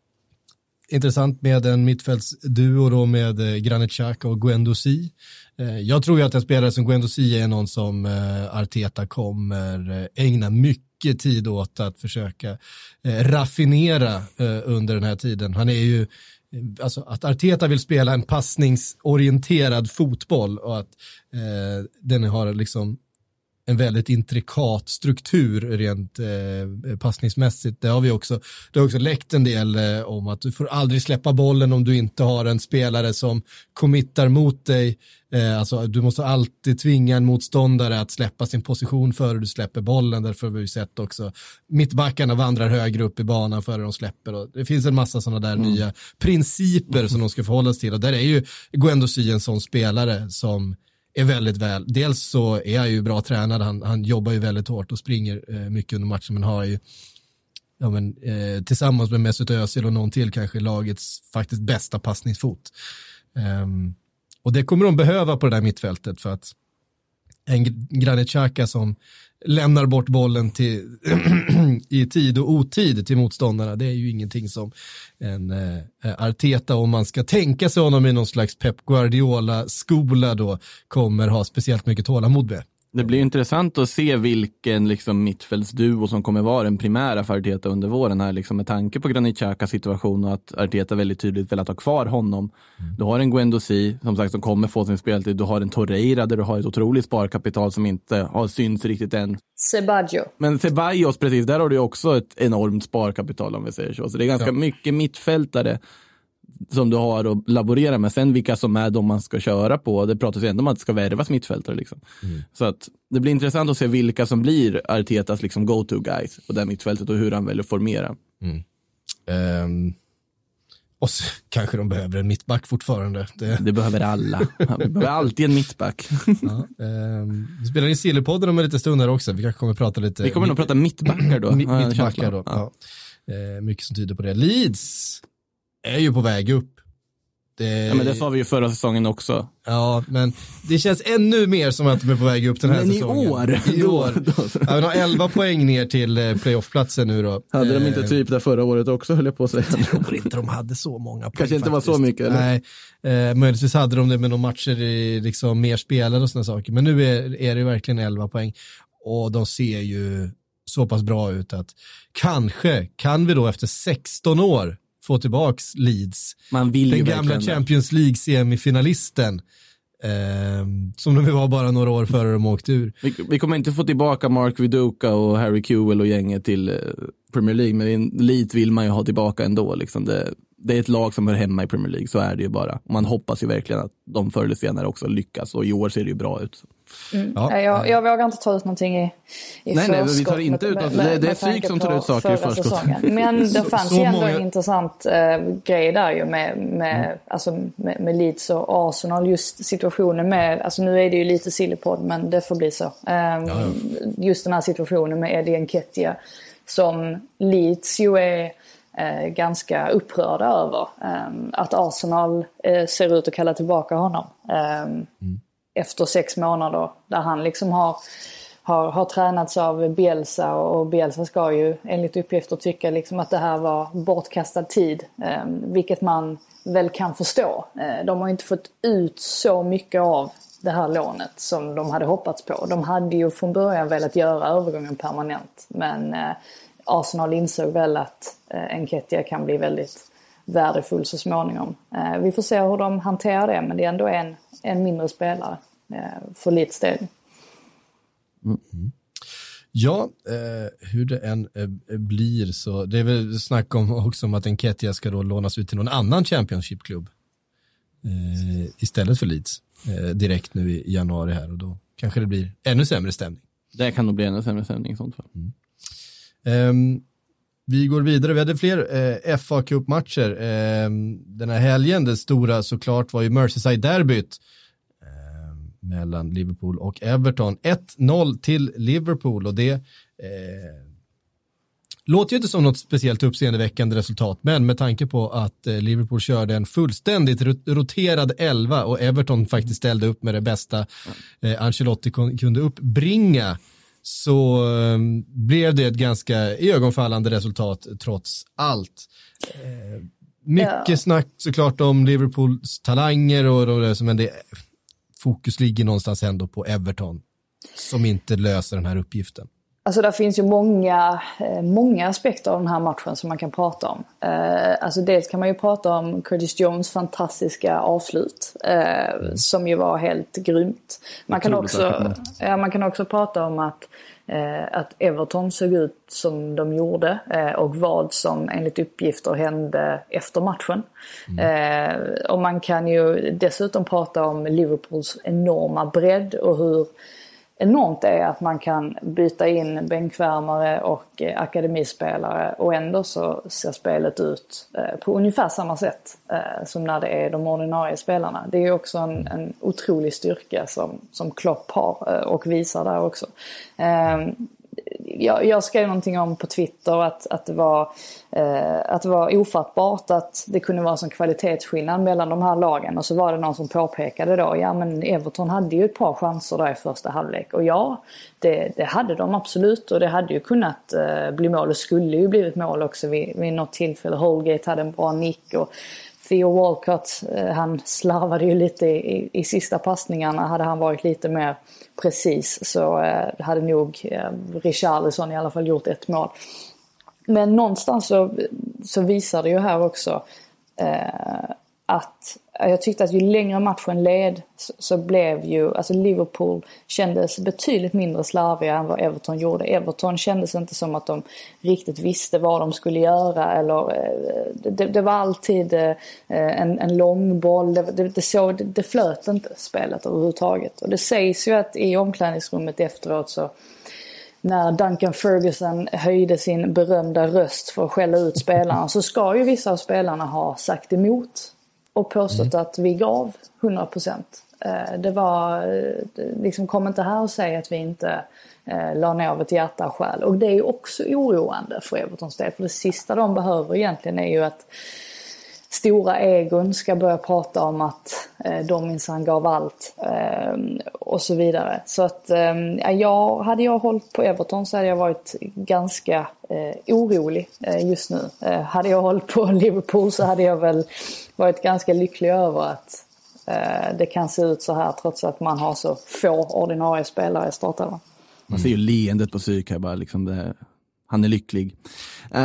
S1: Intressant med en mittfältsduo då med eh, Granit Xhaka och Guendouzi. Eh, jag tror ju att en spelare som Guendouzi är någon som eh, Arteta kommer eh, ägna mycket tid åt att försöka eh, raffinera eh, under den här tiden. Han är ju, eh, alltså att Arteta vill spela en passningsorienterad fotboll och att eh, den har liksom en väldigt intrikat struktur rent eh, passningsmässigt. Det har vi också, det har också läckt en del eh, om att du får aldrig släppa bollen om du inte har en spelare som committar mot dig. Eh, alltså du måste alltid tvinga en motståndare att släppa sin position före du släpper bollen. Därför har vi sett också mittbackarna vandrar högre upp i banan före de släpper. Och det finns en massa sådana där mm. nya principer som de ska förhålla sig till. Och där är ju Guendouzi en sån spelare som är väldigt väl. Dels så är han ju bra tränad. Han, han jobbar ju väldigt hårt och springer eh, mycket under matchen, men har ju ja, men, eh, tillsammans med Mesut Özil och någon till kanske lagets faktiskt bästa passningsfot. Um, och det kommer de behöva på det där mittfältet, för att en Granit Xhaka som lämnar bort bollen till i tid och otid till motståndarna, det är ju ingenting som en eh, Arteta, om man ska tänka sig honom i någon slags Pep Guardiola-skola då, kommer ha speciellt mycket tålamod med.
S2: Det blir intressant att se vilken liksom, mittfältsduo som kommer vara den primära för Arteta under våren här, liksom, med tanke på Granit Xhakas situation och att Arteta väldigt tydligt vill ha kvar honom. Mm. Du har en Guendouzi som sagt som kommer få sin speltid. Du har en Torreira där du har ett otroligt sparkapital som inte har synts riktigt än.
S3: Ceballos.
S2: Men Ceballos, precis, där har du också ett enormt sparkapital om vi säger så. Så det är ganska ja. mycket mittfältare som du har att laborera med. Sen vilka som är de man ska köra på. Det pratas ju ändå om att det ska värvas mittfältare. Liksom. Mm. Så att det blir intressant att se vilka som blir Artetas liksom go-to guys på det mittfältet och hur han väljer att formera. Mm.
S1: Um, och så kanske de behöver en mittback fortfarande.
S2: Det, det behöver alla. Vi behöver alltid en mittback.
S1: Ja, um, vi spelar i Silly-podden om en liten stund här också. Vi kanske kommer att prata lite...
S2: Vi kommer nog prata mittbackar då.
S1: Mitt, mittbackar då, ja. Ja. Uh, mycket som tyder på det. Leeds är ju på väg upp. Det...
S2: Ja, men det sa vi ju förra säsongen också.
S1: Ja, men det känns ännu mer som att de är på väg upp den här
S2: men
S1: säsongen.
S2: I år?
S1: I år. Ja, vi har elva poäng ner till playoffplatsen nu då.
S2: Hade de inte typ där förra året också, höll jag på att säga.
S1: Jag tror inte de hade så många poäng.
S2: Kanske inte
S1: faktiskt.
S2: Var så mycket, eller?
S1: Nej, eh, möjligtvis hade de det med några matcher i liksom mer spelade och såna saker. Men nu är, är det verkligen elva poäng. Och de ser ju så pass bra ut att kanske kan vi då efter sexton år få tillbaks Leeds.
S2: Man vill
S1: den gamla Champions League-semifinalisten eh, som de var bara några år före de åkte ur.
S2: Vi, vi kommer inte få tillbaka Mark Viduka och Harry Kewell och gänget till eh, Premier League, men Leeds vill man ju ha tillbaka ändå. Liksom det, det är ett lag som hör hemma i Premier League, så är det ju bara. Och man hoppas ju verkligen att de förr eller senare också lyckas, och i år ser det ju bra ut.
S3: Mm. Ja. Jag, jag vågar inte ta ut någonting i, i
S2: nej, nej, vi tar inte ut något. Det, det är psyk som tar ut saker i förskott.
S3: Men det
S1: så,
S3: fanns
S1: så
S3: ju ändå
S1: många...
S3: en intressant uh, grej där ju med, med, mm. alltså, med, med Leeds och Arsenal. Just situationen med, alltså nu är det ju lite sillypodd, men det får bli så. Um, ja, ja. Just den här situationen med Eddie Nketiah som Leeds ju är eh, ganska upprörda över. Eh, att Arsenal eh, ser ut att kalla tillbaka honom. Eh, mm. Efter sex månader där han liksom har, har, har tränats av Bielsa, och Bielsa ska ju enligt uppgifter tycka liksom att det här var bortkastad tid. Eh, vilket man väl kan förstå. Eh, de har inte fått ut så mycket av det här lånet som de hade hoppats på. De hade ju från början velat göra övergången permanent. Men eh, Arsenal insåg väl att eh, Nketiah kan bli väldigt värdefull så småningom. Eh, vi får se hur de hanterar det, men det är ändå en, en mindre spelare eh, för lite steg.
S1: Mm. Ja, eh, hur det än eh, blir så det är väl snack om också om att Nketiah ska då lånas ut till någon annan Championship-klubb eh, istället för Leeds eh, direkt nu i januari här, och då kanske det blir ännu sämre stämning.
S2: Det kan nog bli ännu sämre stämning i sånt fall. Mm.
S1: Um, vi går vidare, vi hade fler eh, F A Cup-matcher eh, den här helgen. Det stora såklart var ju Merseyside-derbyt eh, mellan Liverpool och Everton. ett noll till Liverpool, och det eh, låter ju inte som något speciellt uppseendeväckande resultat, men med tanke på att eh, Liverpool körde en fullständigt roterad elva och Everton faktiskt ställde upp med det bästa eh, Ancelotti kunde uppbringa, så eh, blev det ett ganska ögonfallande resultat trots allt. Eh, mycket ja. snack såklart om Liverpools talanger, och, och, men det, fokus ligger någonstans ändå på Everton som inte löser den här uppgiften.
S3: Alltså där finns ju många, många aspekter av den här matchen som man kan prata om. Eh, alltså dels kan man ju prata om Curtis Jones fantastiska avslut eh, mm. som ju var helt grymt. Man kan, också, ja, man kan också prata om att, eh, att Everton såg ut som de gjorde eh, och vad som enligt uppgifter hände efter matchen. Mm. Eh, och man kan ju dessutom prata om Liverpools enorma bredd och hur enormt är att man kan byta in bänkvärmare och eh, akademispelare, och ändå så ser spelet ut eh, på ungefär samma sätt eh, som när det är de ordinarie spelarna. Det är ju också en, en otrolig styrka som, som Klopp har eh, och visar där också. Eh, jag, jag skrev någonting om på Twitter att, att, det var, eh, att det var ofattbart att det kunde vara en sån kvalitetsskillnad mellan de här lagen, och så var det någon som påpekade då, ja men Everton hade ju ett par chanser där i första halvlek, och ja, det, det hade de absolut, och det hade ju kunnat eh, bli mål, och skulle ju blivit mål också vid, vid något tillfälle. Holgate hade en bra nick, och Theo Walcott, eh, han slarvade ju lite i, i sista passningarna. Hade han varit lite mer precis så eh, hade nog eh, Richarlison i alla fall gjort ett mål. Men någonstans så, så visar det ju här också eh, att jag tyckte att ju längre matchen led så, så blev ju, alltså Liverpool kändes betydligt mindre slarviga än vad Everton gjorde. Everton kändes inte som att de riktigt visste vad de skulle göra, eller det, det var alltid en, en lång boll, det, det, det, så, det, det flöt inte spelet överhuvudtaget. Och det sägs ju att i omklädningsrummet efteråt, så när Duncan Ferguson höjde sin berömda röst för att skälla ut spelarna, så ska ju vissa av spelarna ha sagt emot och påstått mm. att vi gav hundra procent. Det var liksom, kom inte här och säg att vi inte eh, la ner av ett hjärta och själ. Och det är ju också oroande för Evertons del, för det sista de behöver egentligen är ju att stora egon ska börja prata om att eh, de minsann gav allt eh, och så vidare. Så att eh, jag, hade jag hållit på Everton så hade jag varit ganska eh, orolig eh, just nu. Eh, hade jag hållit på Liverpool så hade jag väl varit ganska lycklig över att eh, det kan se ut så här trots att man har så få ordinarie spelare i startelvan.
S2: Man ser ju leendet på psyk här bara liksom det, han är lycklig.
S1: Ja,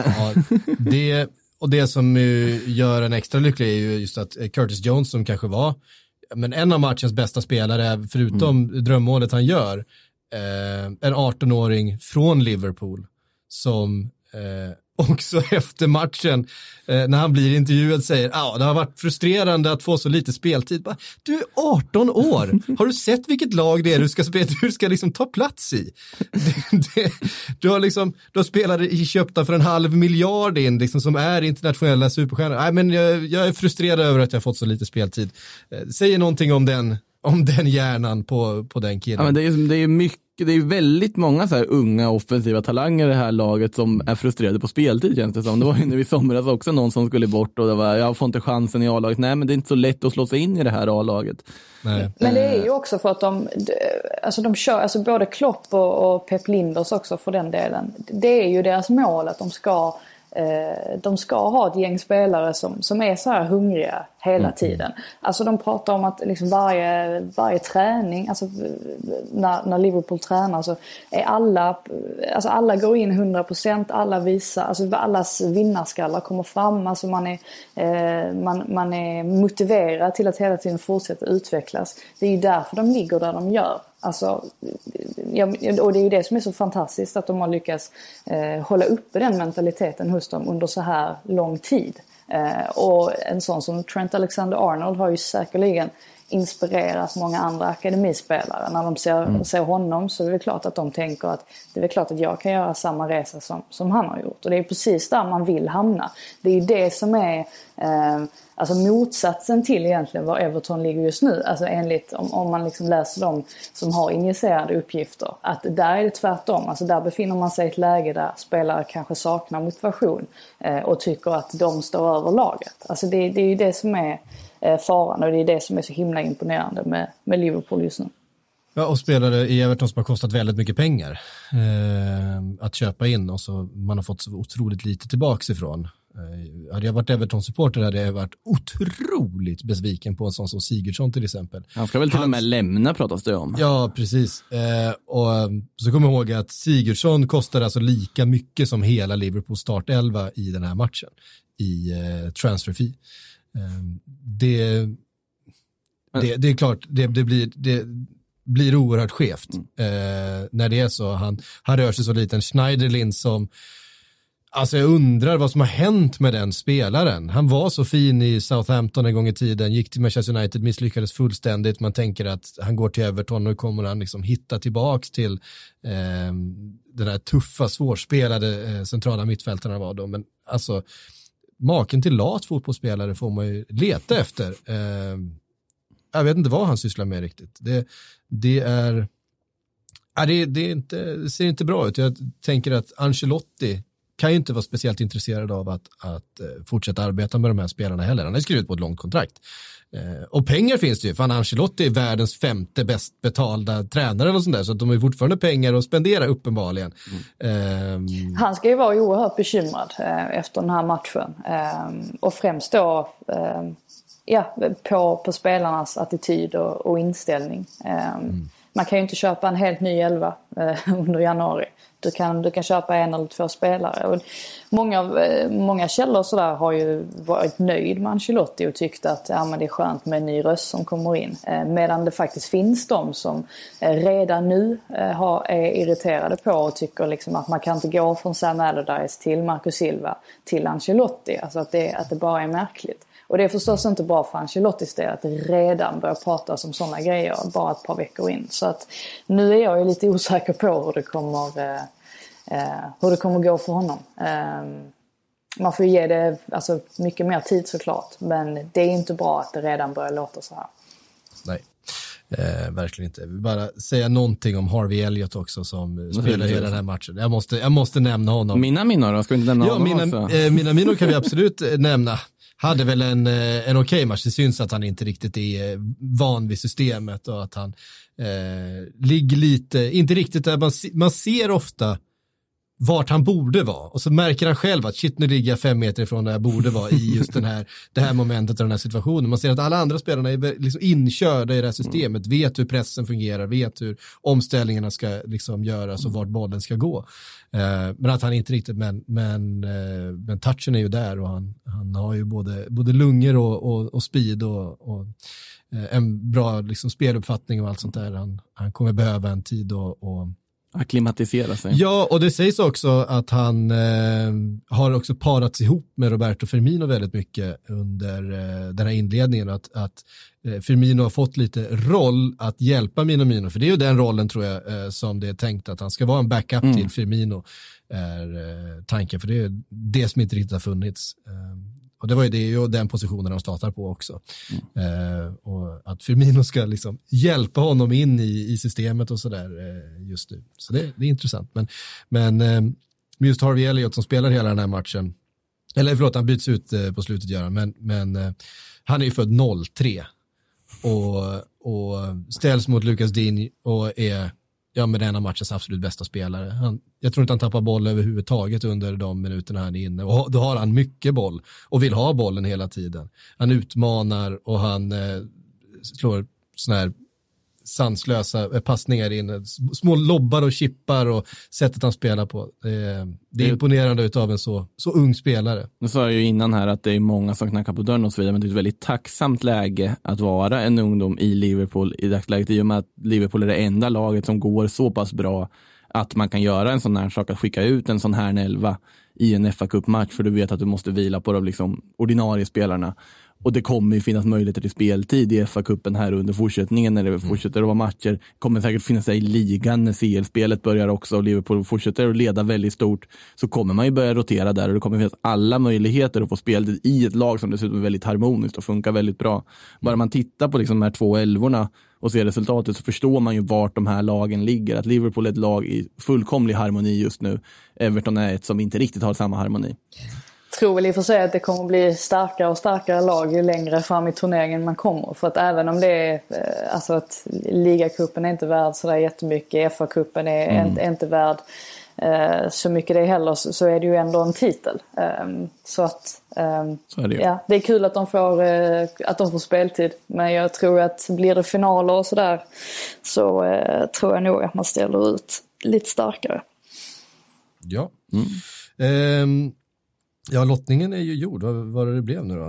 S1: det Och det som gör en extra lycklig är ju just att Curtis Jones, som kanske var men en av matchens bästa spelare, förutom mm. drömmålet han gör, eh, en arton-åring från Liverpool som eh, också efter matchen eh, när han blir intervjuad säger ja, ah, det har varit frustrerande att få så lite speltid. Bara, du är arton år, har du sett vilket lag det är du ska spela, du ska liksom ta plats i? Det, det, du har liksom, du har spelare i köpta för en halv miljard in liksom, som är internationella superstjärnor. Nej, men jag, jag är frustrerad över att jag har fått så lite speltid. Eh, säger någonting om den om den hjärnan på, på den killen.
S2: Ja, men det är, det är mycket, det är väldigt många så här unga offensiva talanger i det här laget som är frustrerade på speltid, känns det som. Det var ju nu i somras också någon som skulle bort och det var, jag får inte chansen i A-laget. Nej, men det är inte så lätt att slå sig in i det här A-laget.
S1: Nej.
S3: Men det är ju också för att de, alltså de kör, alltså både Klopp och, och Pep Linders också för den delen. Det är ju deras mål att de ska De ska ha ett gäng spelare som, som är så här hungriga hela tiden. Alltså de pratar om att liksom varje, varje träning, alltså när, när Liverpool tränar så är alla, alltså alla går in hundra procent, alla visar, alltså allas vinnarskallar kommer fram, alltså man är, eh, man, man är motiverad till att hela tiden fortsätta utvecklas. Det är ju därför de ligger där de gör. Alltså, ja, och det är ju det som är så fantastiskt att de har lyckats eh, hålla uppe den mentaliteten hos dem under så här lång tid. Eh, och en sån som Trent Alexander-Arnold har ju säkerligen inspirerat många andra akademispelare. När de ser, mm. ser honom så är det klart att de tänker att det är klart att jag kan göra samma resa som, som han har gjort. Och det är precis där man vill hamna. Det är ju det som är eh, alltså motsatsen till egentligen var Everton ligger just nu. Alltså enligt, om, om man liksom läser dem som har injicerade uppgifter, att där är det tvärtom. Alltså där befinner man sig i ett läge där spelare kanske saknar motivation eh, och tycker att de står över laget. Alltså det, det är ju det som är eh, faran, och det är det som är så himla imponerande med, med Liverpool just nu.
S1: Ja, och spelare i Everton som har kostat väldigt mycket pengar eh, att köpa in, och så man har fått så otroligt lite tillbaka ifrån. Eh, hade jag varit Everton-supporter hade jag varit otroligt besviken på en sån som Sigurdsson till exempel.
S2: Han ska väl till och med lämna, pratas det om.
S1: Ja, precis. Eh, och så kommer jag ihåg att Sigurdsson kostade alltså lika mycket som hela Liverpool startelva i den här matchen i eh, transfer fee. Eh, det, det, det är klart, det, det blir... Det, blir oerhört skevt mm. eh, när det är så. Han, han rör sig så liten. Schneiderlin som, alltså jag undrar vad som har hänt med den spelaren. Han var så fin i Southampton en gång i tiden, gick till Manchester United, misslyckades fullständigt. Man tänker att han går till Everton och nu kommer han liksom hitta tillbaks till eh, den här tuffa, svårspelade eh, centrala mittfältarna var då. Men alltså, maken till lat fotbollsspelare får man ju leta efter. Eh, Jag vet inte vad han sysslar med riktigt. Det, det, är, ja, det, det, är inte, det ser inte bra ut. Jag tänker att Ancelotti kan ju inte vara speciellt intresserad av att, att fortsätta arbeta med de här spelarna heller. Han har skrivit på ett långt kontrakt. Och pengar finns det ju. För Ancelotti är världens femte bäst betalda tränare och sånt där. Så att de har fortfarande pengar att spendera uppenbarligen. Mm. Um...
S3: Han ska ju vara oerhört bekymrad eh, efter den här matchen. Eh, och främst då... Eh, Ja, på, på spelarnas attityd och, och inställning. Um, mm. Man kan ju inte köpa en helt ny elva uh, under januari. Du kan, du kan köpa en eller två spelare. Och många, uh, många källor så där har ju varit nöjd med Ancelotti och tyckt att ja, men det är skönt med en ny röst som kommer in. Uh, medan det faktiskt finns de som uh, redan nu uh, har, är irriterade på och tycker liksom att man kan inte gå från Sam Allardyce till Marco Silva till Ancelotti. Alltså att det, att det bara är märkligt. Och det är förstås inte bra för Ancelottis del att det redan börjar prata om sådana grejer bara ett par veckor in. Så att nu är jag ju lite osäker på hur det kommer, eh, hur det kommer gå för honom. Eh, man får ju ge det alltså, mycket mer tid såklart. Men det är inte bra att det redan börjar låta så här.
S1: Nej. Eh, verkligen inte. Jag vill bara säga någonting om Harvey Elliott också som spelar i den här matchen. Jag måste, jag måste nämna honom.
S2: Mina minor då? Ska vi inte nämna
S1: ja,
S2: honom
S1: mina,
S2: också?
S1: Eh, mina minor kan vi absolut nämna. Hade väl en, en okej match. Det syns att han inte riktigt är van vid systemet och att han eh, ligger lite, inte riktigt där. Man, man ser ofta vart han borde vara. Och så märker han själv att shit, nu ligger jag fem meter ifrån där jag borde vara i just den här, det här momentet och den här situationen. Man ser att alla andra spelarna är liksom inkörda i det här systemet, mm. vet hur pressen fungerar, vet hur omställningarna ska liksom göras och vart bollen ska gå. Eh, men att han inte riktigt, men, men, eh, men touchen är ju där och han, han har ju både, både lungor och, och, och speed och, och eh, en bra liksom speluppfattning och allt sånt där. Han, han kommer behöva en tid och, och
S2: akklimatisera sig.
S1: Ja, och det sägs också att han eh, har också parats ihop med Roberto Firmino väldigt mycket under eh, den här inledningen. Att, att eh, Firmino har fått lite roll att hjälpa Minamino. För det är ju den rollen tror jag eh, som det är tänkt att han ska vara en backup mm. till Firmino är eh, tanken. För det är det som inte riktigt har funnits. Eh, Och det var ju det och den positionen de startar på också. Mm. Eh, och att Firmino ska liksom hjälpa honom in i, i systemet och sådär eh, just nu. Så det, det är intressant. Men, men eh, just Harvey Elliott som spelar hela den här matchen, eller förlåt, han byts ut eh, på slutet gör han, men, men eh, han är ju född noll tre och, och ställs mot Lucas Digne och är ja, med den av matchens absolut bästa spelare. Han, jag tror inte han tappar boll överhuvudtaget under de minuterna han är inne. Och då har han mycket boll och vill ha bollen hela tiden. Han utmanar och han eh, slår såna här sanslösa passningar in. Små lobbar och chippar och sättet han spelar på. Eh, det är imponerande utav en så, så ung spelare.
S2: Nu sa jag ju innan här att det är många som knackar på dörren och så vidare, men det är ett väldigt tacksamt läge att vara en ungdom i Liverpool i dagsläget, i och med att Liverpool är det enda laget som går så pass bra att man kan göra en sån här sak, att skicka ut en sån här elva i en F A Cup-match, för du vet att du måste vila på de liksom ordinarie spelarna. Och det kommer ju finnas möjligheter till speltid i F A-cupen här under fortsättningen när det fortsätter att vara matcher. Kommer säkert finnas i ligan när C L-spelet börjar också och Liverpool fortsätter att leda väldigt stort. Så kommer man ju börja rotera där och det kommer finnas alla möjligheter att få speltid i ett lag som dessutom är väldigt harmoniskt och funkar väldigt bra. Bara man tittar på liksom de här två elvorna och ser resultatet så förstår man ju vart de här lagen ligger. Att Liverpool är ett lag i fullkomlig harmoni just nu. Everton är ett som inte riktigt har samma harmoni.
S3: Tror väl i och för sig att det kommer att bli starkare och starkare lag ju längre fram i turneringen man kommer. För att även om det är, alltså att ligacupen är inte värd sådär jättemycket, F A-cupen är mm. inte, inte värd eh, så mycket det heller, så, så är det ju ändå en titel. Um, så att um, så är det, ja, det är kul att de får uh, att de får speltid, men jag tror att blir det finaler och sådär så uh, tror jag nog att man ställer ut lite starkare.
S1: Ja. Mm. Um. Ja, lottningen är ju gjord. Vad var det det blev nu då?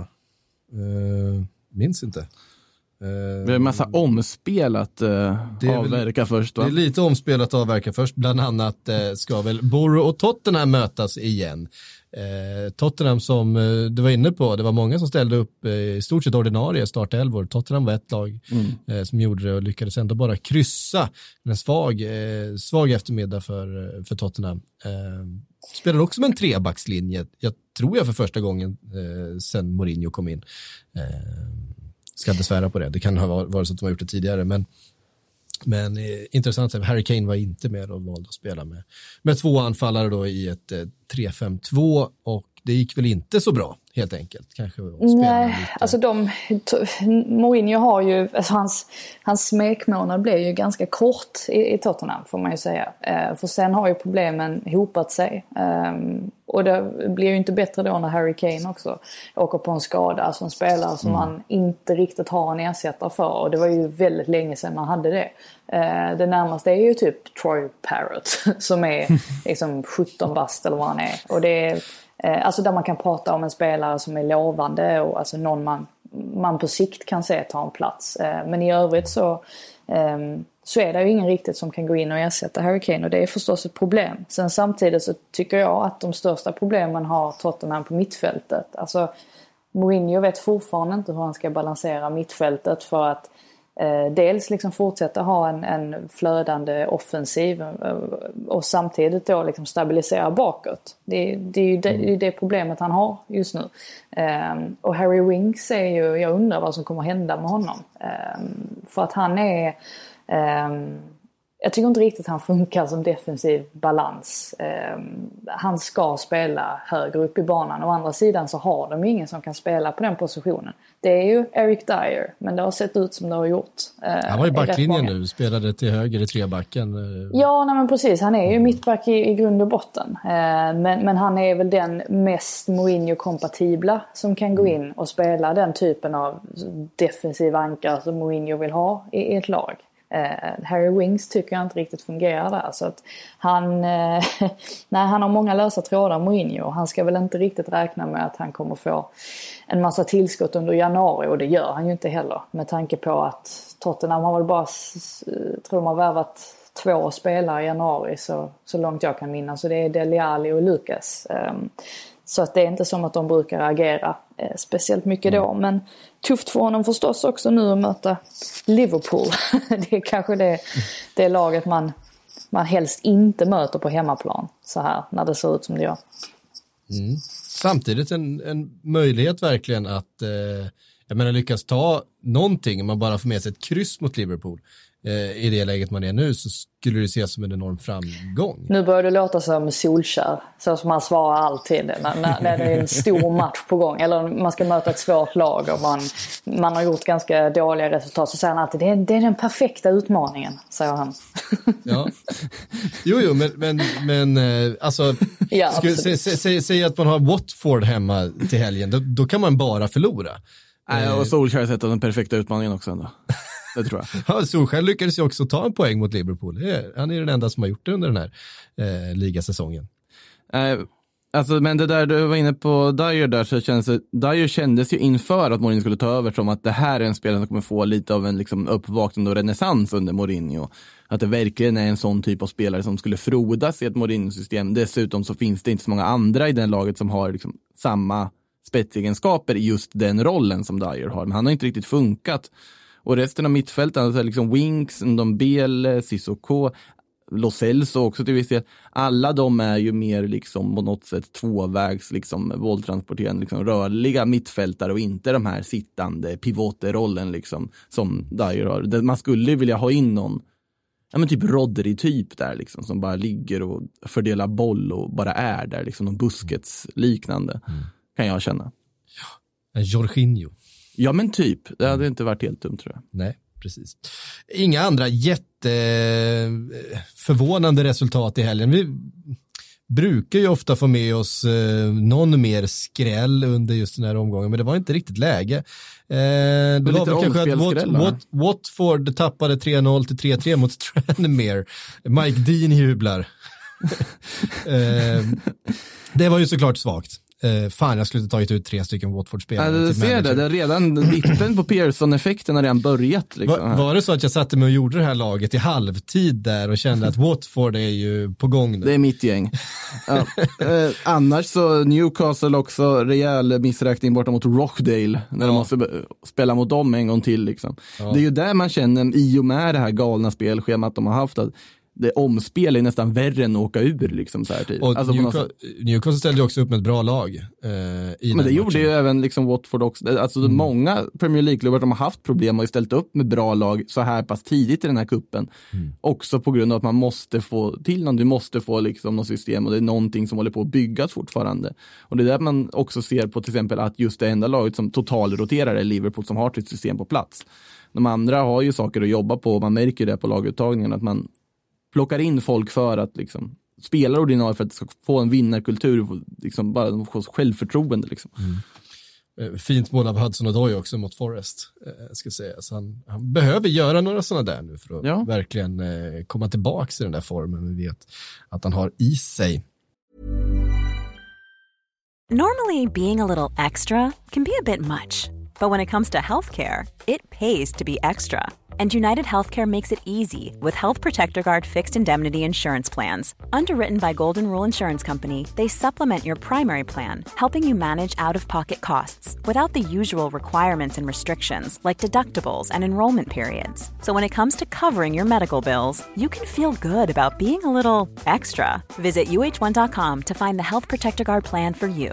S1: Uh, minns inte. Uh,
S2: det är en massa omspelat uh, avverka väl, först va?
S1: Det är lite omspelat avverka först. Bland annat uh, ska väl Borough och Tottenham mötas igen. Uh, Tottenham som uh, du var inne på, det var många som ställde upp uh, i stort sett ordinarie startelvor. Tottenham var ett lag mm. uh, som gjorde det och lyckades ändå bara kryssa en svag, uh, svag eftermiddag för, uh, för Tottenham. Uh, Spelar också med en trebackslinje. Jag tror jag för första gången eh, sen Mourinho kom in. Eh, ska inte svära på det. Det kan ha varit så att de har gjort det tidigare. Men, men eh, intressant att Harry Kane var inte med och valde att spela med, med två anfallare då i ett eh, tre fem två. Och det gick väl inte så bra helt enkelt. Kanske
S3: Nej, lite. Alltså de, Mourinho har ju, alltså hans, hans smekmånad blev ju ganska kort i, i Tottenham får man ju säga. Eh, för sen har ju problemen hopat sig. Eh, och det blir ju inte bättre då när Harry Kane också åker på en skada. Alltså en spelare som mm. man inte riktigt har en ersättare för. Och det var ju väldigt länge sedan man hade det. Eh, det närmaste är ju typ Troy Parrott som är liksom sjutton bast eller vad han är. Och det är alltså där man kan prata om en spelare som är lovande och alltså någon man, man på sikt kan se ta en plats. Men i övrigt så, så är det ju ingen riktigt som kan gå in och ersätta Harry Kane och det är förstås ett problem. Sen samtidigt så tycker jag att de största problemen har Tottenham på mittfältet. Alltså Mourinho vet fortfarande inte hur han ska balansera mittfältet för att Eh, dels liksom fortsätta ha en, en flödande offensiv eh, och samtidigt då liksom stabilisera bakåt. Det, det är ju det, det, är det problemet han har just nu. Eh, och Harry Winks är ju, jag undrar vad som kommer hända med honom. Eh, för att han är, eh, jag tycker inte riktigt att han funkar som defensiv balans. Eh, han ska spela högre upp i banan. Å andra sidan så har de ingen som kan spela på den positionen. Det är ju Eric Dyer, men det har sett ut som det har gjort. Eh,
S1: han var i backlinjen nu, spelade till höger i trebacken.
S3: Ja, nej, men precis. Han är ju mittback i, i grund och botten. Eh, men, men han är väl den mest Mourinho-kompatibla som kan gå in och spela den typen av defensiv ankar som Mourinho vill ha i, i ett lag. Uh, Harry Winks tycker jag inte riktigt fungerar där så att han, uh, nej, han har många lösa trådar Mourinho. Han ska väl inte riktigt räkna med att han kommer få en massa tillskott under januari och det gör han ju inte heller med tanke på att Tottenham har väl bara tror de har värvat två spelare i januari så, så långt jag kan minnas så det är Dele Alli och Lucas. Um, Så att det är inte som att de brukar agera eh, speciellt mycket då. Men tufft för honom förstås också nu att möta Liverpool. Det är kanske det, det laget man, man helst inte möter på hemmaplan så här när det ser ut som det gör.
S1: Mm. samtidigt en, en möjlighet verkligen att eh, jag menar lyckas ta någonting om man bara får med sig ett kryss mot Liverpool. Eh, I det läget man är nu så skulle det ses som en enorm framgång.
S3: Nu börjar det låta som Solskär, så som man svarar alltid när, när, när det är en stor match på gång eller man ska möta ett svårt lag och man, man har gjort ganska dåliga resultat, så säger han alltid det är, det är den perfekta utmaningen, säger han.
S1: Ja. Jo, jo, men, men, men alltså
S3: ja,
S1: säg, säg, säg att man har Watford hemma till helgen, då, då kan man bara förlora.
S2: Nej, och Solskär har sett den perfekta utmaningen också ändå. Det tror jag.
S1: Ja, Solskär lyckades ju också ta en poäng mot Liverpool. Han är den enda som har gjort det under den här eh, ligasäsongen.
S2: Eh, alltså, men det där du var inne på Dyer där, så känns det, Dyer kändes ju inför att Mourinho skulle ta över som att det här är en spelare som kommer få lite av en liksom, uppvaknande och renässans under Mourinho. Att det verkligen är en sån typ av spelare som skulle frodas i ett Mourinho-system. Dessutom så finns det inte så många andra i den laget som har liksom, samma spetsegenskaper i just den rollen som Dyer har. Men han har inte riktigt funkat. Och resten av mittfältet, alltså liksom Winks, Ndombele, Sissoko, Lo Celso också till viss del. Alla de är ju mer liksom på något sätt tvåvägs liksom bolltransporterande liksom rörliga mittfältare och inte de här sittande pivoterollen liksom som Dyer har. Man skulle vilja ha in någon, ja men typ Rodri typ där liksom som bara ligger och fördelar boll och bara är där liksom, någon Busquets liknande mm. kan jag känna.
S1: Ja, Jorginho.
S2: Ja men typ, det hade mm. inte varit helt dumt tror jag.
S1: Nej, precis. Inga andra jätteförvånande resultat i helgen. Vi brukar ju ofta få med oss eh, någon mer skräll under just den här omgången, men det var inte riktigt läge. Eh, det, det var väl kanske att Wat, Wat, Watford tappade tre noll till tre tre mot Tranmere. Mike Dean jublar. eh, det var ju såklart svagt. Uh, fan, jag skulle inte tagit ut tre stycken Watford-spelare.
S2: Ja, du ser det, det är redan dippen på Pearson-effekten har redan börjat. Liksom.
S1: Var, var det så att jag satte mig och gjorde det här laget i halvtid där och kände att Watford är ju på gång nu?
S2: Det är mitt gäng. Ja. eh, annars så Newcastle också rejäl missräkning borta mot Rochdale när ja. de måste spela mot dem en gång till. Liksom. Ja. Det är ju där man känner i och med det här galna spelschemat de har haft att det omspel är nästan värre än att åka ur liksom så här typ.
S1: Och
S2: alltså,
S1: Newcastle, Newcastle ställde ju också upp med ett bra lag eh, i
S2: men det gjorde
S1: matchen.
S2: ju även liksom Watford också. Alltså mm. många Premier League-klubbar som har haft problem har ju ställt upp med bra lag så här pass tidigt i den här kuppen. Mm. Också på grund av att man måste få till någon, du måste få liksom något system och det är någonting som håller på att byggas fortfarande. Och det är där man också ser på till exempel att just det enda laget som totalroterar är Liverpool som har sitt system på plats. De andra har ju saker att jobba på och man märker det på laguttagningen att man plockar in folk för att liksom spela ordinarie för att det ska få en vinnarkultur liksom bara få självförtroende liksom.
S1: Mm. Fint mål av Hudson-Odoi också mot Forest eh, ska säga. Så han, han behöver göra några sådana där nu för att ja. verkligen eh, komma tillbaka i den där formen vi vet att han har i sig.
S4: Normally being a little extra can be a bit much. But when it comes to healthcare, it pays to be extra. And United Healthcare makes it easy with Health Protector Guard fixed indemnity insurance plans. Underwritten by Golden Rule Insurance Company, they supplement your primary plan, helping you manage out-of-pocket costs without the usual requirements and restrictions like deductibles and enrollment periods. So when it comes to covering your medical bills, you can feel good about being a little extra. Visit U H one dot com to find the Health Protector Guard plan for you.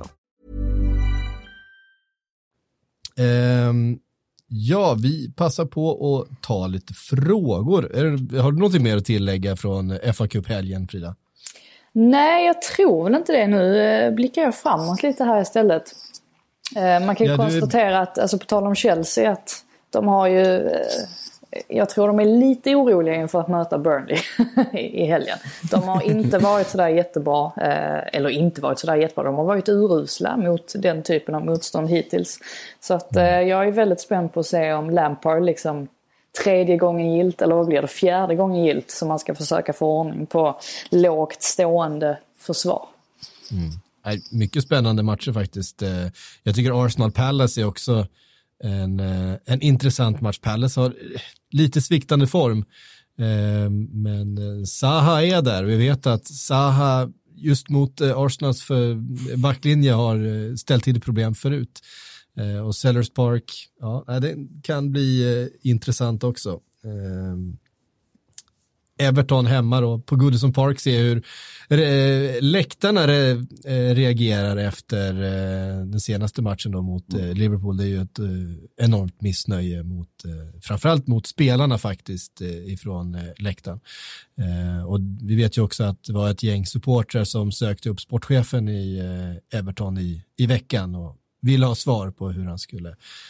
S1: Um... Ja, vi passar på att ta lite frågor. Är, har du något mer att tillägga från F A Cup-helgen, Frida?
S3: Nej, jag tror väl inte det. Nu blickar jag framåt lite här istället. Man kan ju ja, konstatera du... att, alltså på tal om Chelsea, att de har ju... Jag tror de är lite oroliga inför att möta Burnley i helgen. De har inte varit sådär jättebra, eller inte varit sådär jättebra. De har varit urusla mot den typen av motstånd hittills. Så att jag är väldigt spänd på att se om Lampard liksom tredje gången gilt, eller vad blir det, fjärde gången gilt, som man ska försöka få ordning på lågt stående försvar.
S1: Mm. Mycket spännande matcher faktiskt. Jag tycker Arsenal Palace är också En, en intressant match. Palace har lite sviktande form, men Zaha är där. Vi vet att Zaha just mot Arsenals för backlinje har ställt till problem förut. Och Sellers Park, ja, det kan bli intressant också. Everton hemma då på Goodison Park, se hur eh, läktarna re, eh, reagerar efter eh, den senaste matchen då mot eh, Liverpool. Det är ju ett eh, enormt missnöje mot, eh, framförallt mot spelarna faktiskt eh, ifrån eh, läktaren. Eh, och vi vet ju också att det var ett gäng supportrar som sökte upp sportchefen i eh, Everton i, i veckan och ville ha svar på hur han skulle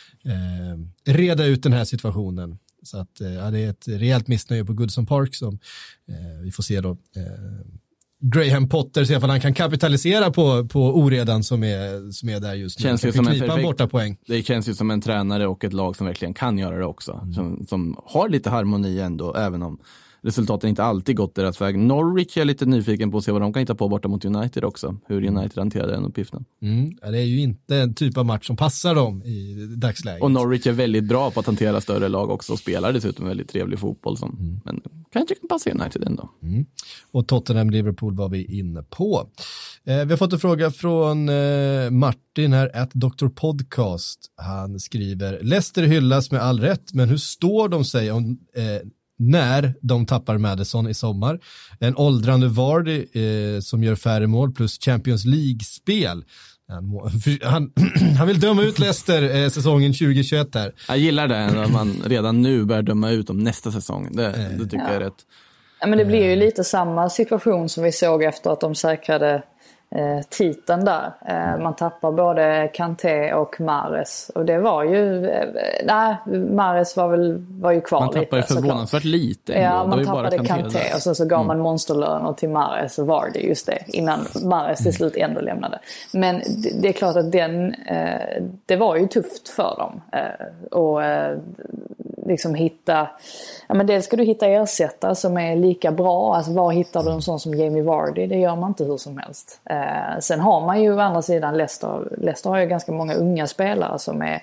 S1: eh, reda ut den här situationen. Så att ja, det är ett rejält missnöje på Goodison Park som eh, vi får se då. Eh, Graham Potter ser om han kan kapitalisera på, på oredan som är, som är där just nu.
S2: Känns ju som en perfekt,
S1: borta poäng.
S2: Det känns ju som en tränare och ett lag som verkligen kan göra det också. Mm. Som, som har lite harmoni ändå, även om resultaten inte alltid gått deras väg. Norwich är lite nyfiken på att se vad de kan hitta på borta mot United också. Hur United hanterar den uppgiften.
S1: Mm. Ja, det är ju inte en typ av match som passar dem i dagsläget.
S2: Och Norwich är väldigt bra på att hantera större lag också och spelar dessutom väldigt trevlig fotboll. Som, mm. Men kanske kan passa United ändå. Mm.
S1: Och Tottenham-Liverpool var vi inne på. Eh, vi har fått en fråga från eh, Martin här, at doktor Podcast. Han skriver, Leicester hyllas med all rätt, men hur står de sig om... Eh, när de tappar Maddison i sommar? En åldrande Vardy eh, som gör färre mål plus Champions League-spel. Han, han, han vill döma ut Leicester eh, säsongen tjugo tjugoett här.
S2: Jag gillar det när man redan nu börjar döma ut om nästa säsong. Det, det tycker
S3: ja.
S2: jag är rätt.
S3: Ja, men det blir ju lite samma situation som vi såg efter att de säkrade eh, titeln där. Eh, man tappar både Kanté och Mahrez. Och det var ju... Eh, nej, Mahrez var, väl, var ju kvar lite.
S2: Man tappade lite, förvånansvärt lite.
S3: Ja, man tappade
S2: bara
S3: Kanté och så, så gav mm. man monsterlöner till Mahrez och Vardy just det. Innan Mahrez till slut ändå lämnade. Men det, det är klart att den... Eh, det var ju tufft för dem. Eh, och... Eh, liksom hitta, ja men dels ska du hitta ersättare som är lika bra, alltså var hittar du en sån som Jamie Vardy, det gör man inte hur som helst. Eh, sen har man ju å andra sidan Leicester, Leicester har ju ganska många unga spelare som är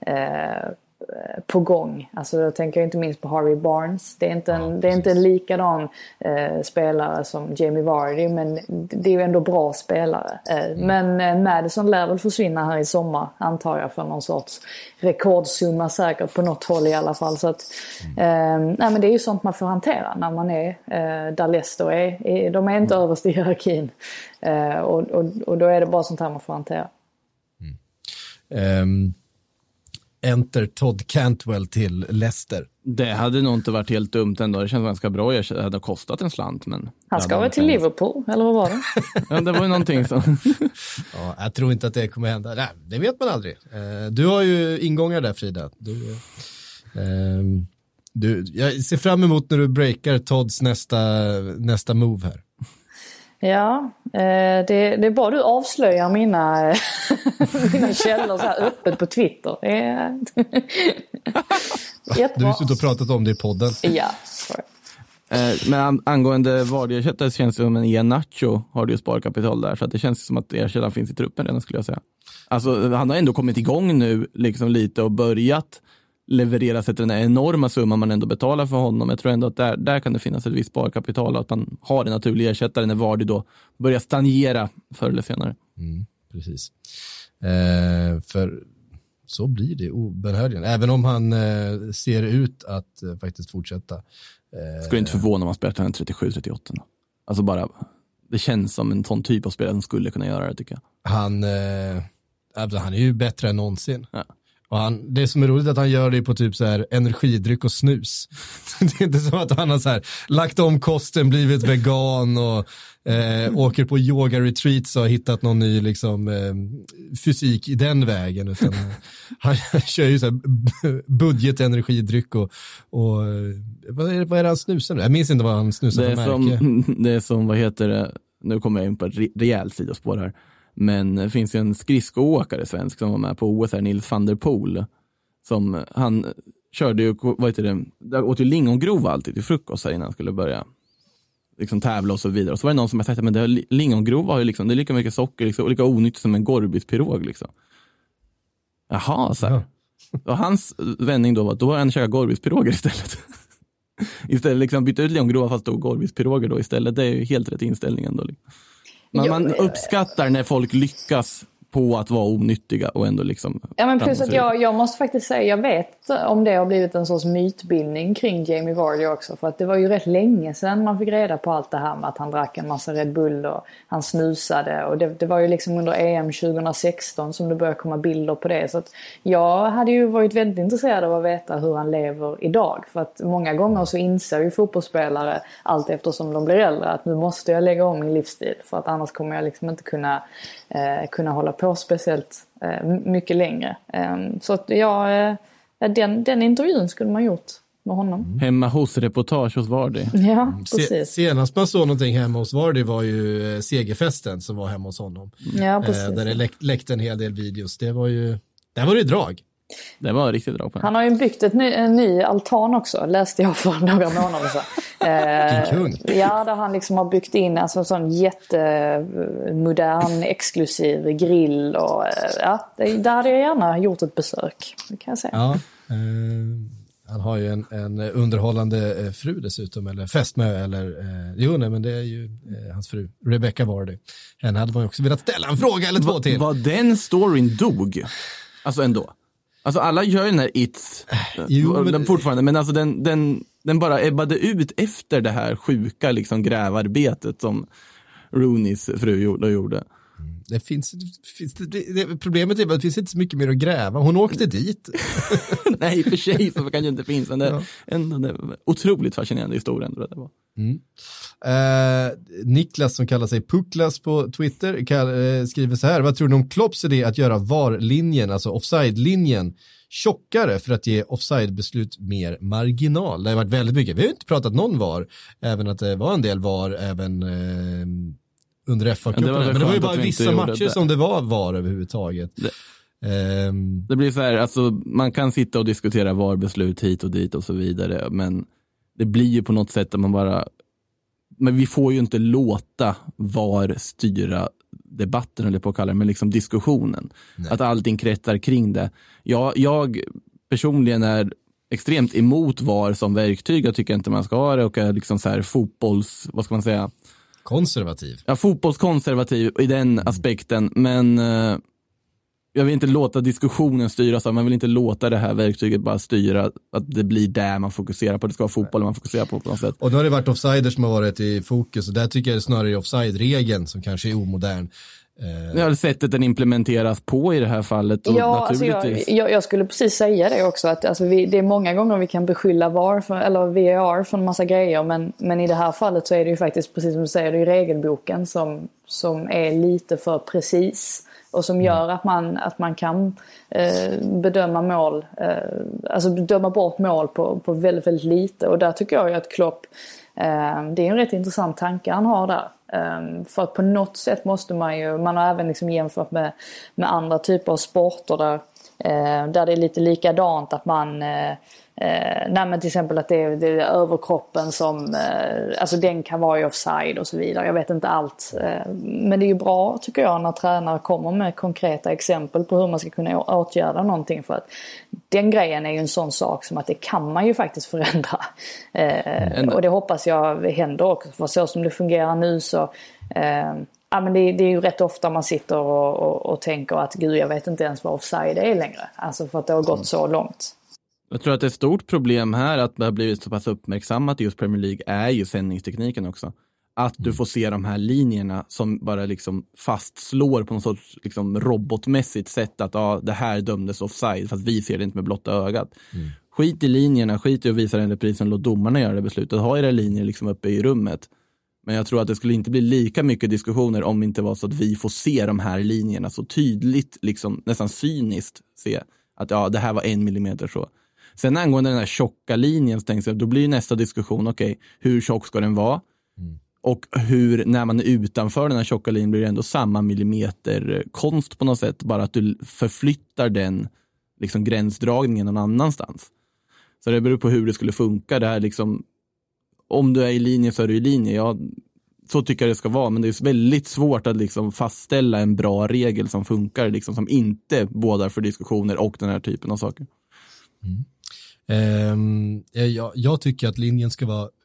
S3: eh, på gång, alltså jag tänker inte minst på Harvey Barnes, det är inte en, ja, det är inte en likadan eh, spelare som Jamie Vardy, men det är ju ändå bra spelare. Eh, mm. Men eh, Maddison lär väl försvinna här i sommar, antar jag, för någon sorts rekordsumma säkert på något håll i alla fall, så att mm. eh, nej, men det är ju sånt man får hantera när man är eh, där Leicester är, är de är inte mm. överst i hierarkin eh, och, och, och då är det bara sånt här man får hantera.
S1: Mm. Um. Enter Todd Cantwell till Leicester.
S2: Det hade nog inte varit helt dumt ändå. Det känns ganska bra. Det hade kostat en slant. Men
S3: han ska väl till Liverpool, eller vad var det?
S2: Ja, det var ju någonting som...
S1: ja, jag tror inte att det kommer hända. Nej, det vet man aldrig. Du har ju ingångar där, Frida. Du, eh, du, jag ser fram emot när du breakar Todds nästa, nästa move här.
S3: Ja, det, det är bara du avslöjar mina, mina källor så här öppet på Twitter. Det är...
S1: Du har suttit och pratat om det i podden.
S3: Ja.
S2: Men angående Vardy-ersättare känns det som en Iheanacho har du ju sparkapital där. Så att det känns som att ersättaren finns i truppen redan, skulle jag säga. Alltså han har ändå kommit igång nu liksom lite och börjat leverera sig till den enorma summan man ändå betalar för honom. Jag tror ändå att där, där kan det finnas ett visst sparkapital och att man har en naturlig ersättare när Vardy då börjar stagnera förr eller senare.
S1: Mm, precis. Eh, för så blir det obönhörligen. Även om han eh, ser ut att eh, faktiskt fortsätta. Eh,
S2: skulle inte förvåna om han spelar en trettiosju trettioåtta. Alltså bara, det känns som en sån typ av spelare som skulle kunna göra det, tycker jag.
S1: Han, eh, han är ju bättre än någonsin.
S2: Ja.
S1: Och han, det som är roligt är att han gör det på typ så här energidryck och snus. Det är inte som att han har så här lagt om kosten, blivit vegan och eh, åker på yoga-retreats och har hittat någon ny liksom, eh, fysik i den vägen. Utan han, han kör ju så här budget-energidryck och, och vad, är, vad är det han snusar nu? Jag minns inte vad han snusar
S2: det
S1: på
S2: märke. Som, det är som, vad heter det, nu kommer jag in på ett re- rejält sidospår här. Men det finns ju en skridskoåkare svensk som var med på O S här, Nils van der Poel. Som han körde ju, vad heter det, där åt ju lingongrova alltid till frukost här innan han skulle börja liksom tävla och så vidare. Och så var det någon som har sagt att men det här, lingongrova har ju liksom, det är lika mycket socker, liksom, och lika onyttigt som en Gorbis-pirog liksom. Jaha, så här. Ja. Och hans vändning då var att då var han käka Gorbis-piroger istället. Istället liksom byta ut lingongrova fast då Gorbis-piroger då istället. Det är ju helt rätt inställning ändå liksom. Man, man uppskattar när folk lyckas på att vara onyttiga och ändå liksom...
S3: Ja, men plus att jag, jag måste faktiskt säga, jag vet om det har blivit en sorts mytbildning kring Jamie Vardy också. För att det var ju rätt länge sedan man fick reda på allt det här med att han drack en massa Red Bull och han snusade. Och det, det var ju liksom under E M tjugohundrasexton som det började komma bilder på det. Så att jag hade ju varit väldigt intresserad av att veta hur han lever idag. För att många gånger så inser ju fotbollsspelare allt eftersom de blir äldre att nu måste jag lägga om min livsstil. För att annars kommer jag liksom inte kunna, eh, kunna hålla på speciellt eh, mycket längre. Eh, så att jag, eh, den, den intervjun skulle man gjort med honom.
S2: Hemma hos reportage hos Vardy.
S3: Ja, precis.
S1: Se, senast man såg någonting hemma hos Vardy var ju eh, segerfesten som var hemma hos honom.
S3: Ja, precis.
S1: Eh, där det läck, läckte en hel del videos. Det var ju, där var det drag.
S2: Det var riktigt bra på.
S3: Han har ju byggt ett ny, en ny altan också, läste jag för några månader sedan.
S1: Eh, kung.
S3: Ja, där han liksom har byggt in alltså, en sån jättemodern, exklusiv grill. Och, ja, det, där hade jag gärna gjort ett besök, det kan jag säga.
S1: Ja, eh, han har ju en, en underhållande fru dessutom, eller fästmö, eller eh, jo nej, men det är ju eh, hans fru, Rebecca Vardy. Henne hade man ju också velat ställa en fråga eller två
S2: Va,
S1: till.
S2: Var den storyn dog? Alltså ändå. Alltså alla gör ju den här It's
S1: Jo, men...
S2: den fortfarande, men alltså den, den, den bara ebbade ut efter det här sjuka liksom grävarbetet som Rooneys fru gjorde.
S1: Det finns, det finns det, det, problemet är att det finns inte så mycket mer att gräva. Hon åkte dit.
S2: Nej, i och för sig så kan ju inte finnas, men det är
S1: ja.
S2: en, en otroligt fascinerande historia ändå det var.
S1: Mm. Eh, Niklas som kallar sig Pucklas på Twitter kall, eh, skriver så här: vad tror ni om Klopps idé att göra V A R-linjen, alltså offside-linjen, tjockare för att ge offside-beslut mer marginal? Det har varit väldigt mycket. Vi har inte pratat någon V A R, även att det var en del V A R även eh, under F A-cupen.
S2: Ja,
S1: men det var ju bara vissa matcher som det var V A R överhuvudtaget.
S2: Det,
S1: um,
S2: det blir så här, alltså man kan sitta och diskutera V A R-beslut hit och dit och så vidare, men det blir ju på något sätt att man bara, men vi får ju inte låta V A R styra debatten, eller på att kalla det, men liksom diskussionen. Nej. Att allting kretsar kring det. Jag, jag personligen är extremt emot V A R som verktyg. Jag tycker inte man ska ha det, och är liksom så här fotbolls, vad ska man säga?
S1: Konservativ.
S2: Ja, fotbollskonservativ i den mm. aspekten, men eh, jag vill inte låta diskussionen styras av, man vill inte låta det här verktyget bara styra, att det blir där man fokuserar på, det ska vara fotboll man fokuserar på på något sätt.
S1: Och då har det varit offsider som har varit i fokus, och där tycker jag det snarare är offside-regeln som kanske är omodern.
S2: Eh... Ja, sättet den implementeras på i det här fallet. Och
S3: ja, naturligtvis... alltså jag, jag, jag skulle precis säga det också, att alltså vi, det är många gånger vi kan beskylla V A R för, eller V A R för en massa grejer, men, men i det här fallet så är det ju faktiskt, precis som du säger, det är regelboken som, som är lite för precis. Och som gör att man, att man kan eh, bedöma mål, eh, alltså bedöma bort mål på, på väldigt, väldigt lite. Och där tycker jag ju att Klopp, eh, det är en rätt intressant tanke han har där. Eh, för att på något sätt måste man ju, man har även liksom jämfört med, med andra typer av sporter där, eh, där det är lite likadant, att man... Eh, Eh, nej, men till exempel att det är, det är överkroppen som eh, alltså den kan vara i offside och så vidare, jag vet inte allt, eh, men det är ju bra tycker jag när tränare kommer med konkreta exempel på hur man ska kunna åtgärda någonting, för att den grejen är ju en sån sak som att det kan man ju faktiskt förändra, eh, och det hoppas jag händer också, för så som det fungerar nu så eh, ja, men det, det är ju rätt ofta man sitter och, och, och tänker att gud, jag vet inte ens vad offside är längre, alltså för att det har gått så långt.
S2: Jag tror att ett stort problem här, att det har blivit så pass uppmärksammat i just Premier League, är ju sändningstekniken också. Att du får se de här linjerna som bara liksom fastslår på något sorts liksom robotmässigt sätt att ja, det här dömdes offside, fast vi ser det inte med blotta ögat. Mm. Skit i linjerna, skit i att visa den reprisen, låt domarna göra det beslutet. Ha era linjer liksom uppe i rummet. Men jag tror att det skulle inte bli lika mycket diskussioner om det inte var så att vi får se de här linjerna så tydligt, liksom nästan cyniskt se att ja, det här var en millimeter så. Sen angående den här tjocka linjen så tänks jag, då blir nästa diskussion, okej, okay, hur tjock ska den vara? Mm. Och hur, när man är utanför den här tjocka linjen, blir det ändå samma millimeter konst på något sätt, bara att du förflyttar den liksom gränsdragningen någon annanstans. Så det beror på hur det skulle funka. Det här liksom, om du är i linje så är du i linje. Ja, så tycker jag det ska vara, men det är väldigt svårt att liksom fastställa en bra regel som funkar, liksom, som inte bådar för diskussioner och den här typen av saker.
S1: Mm. Um, jag, jag tycker att linjen ska vara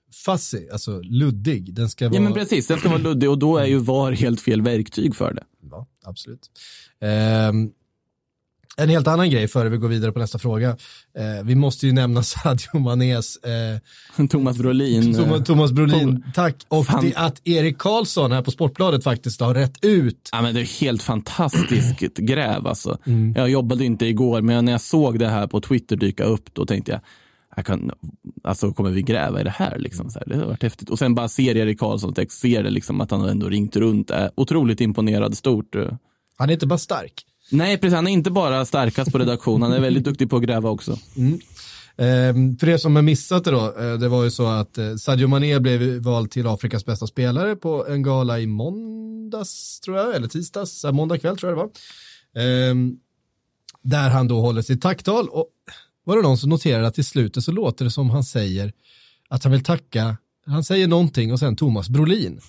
S1: fuzzy, alltså luddig. Den ska vara...
S2: Ja men precis, den ska vara luddig och då är ju V A R helt fel verktyg för det.
S1: Ja, absolut. Um, en helt annan grej före vi går vidare på nästa fråga. Uh, vi måste ju nämna Sadio Manés uh,
S2: Thomas Brolin.
S1: Thomas, Thomas Brolin, tack. Och
S2: Fan.
S1: det att Erik Karlsson här på Sportbladet faktiskt har rätt ut.
S2: Ja men det är helt fantastiskt gräv alltså. Mm. Jag jobbade inte igår men när jag såg det här på Twitter dyka upp då tänkte jag Jag kan, alltså kommer vi gräva i det här liksom så här, det har varit häftigt. Och sen bara ser Erik Karlsson text, ser det liksom att han har ändå ringt runt, är otroligt imponerad, stort.
S1: Han är inte bara stark.
S2: Nej precis, han är inte bara starkast på redaktion, han är väldigt duktig på att gräva också.
S1: Mm. Eh, för det som har missat det då, eh, det var ju så att eh, Sadio Mané blev vald till Afrikas bästa spelare på en gala i måndags tror jag, eller tisdags, eh, måndag kväll tror jag det var. Eh, där han då håller sitt tacktal och var det någon som noterade att i slutet så låter det som han säger att han vill tacka, han säger någonting och sen Thomas Brolin.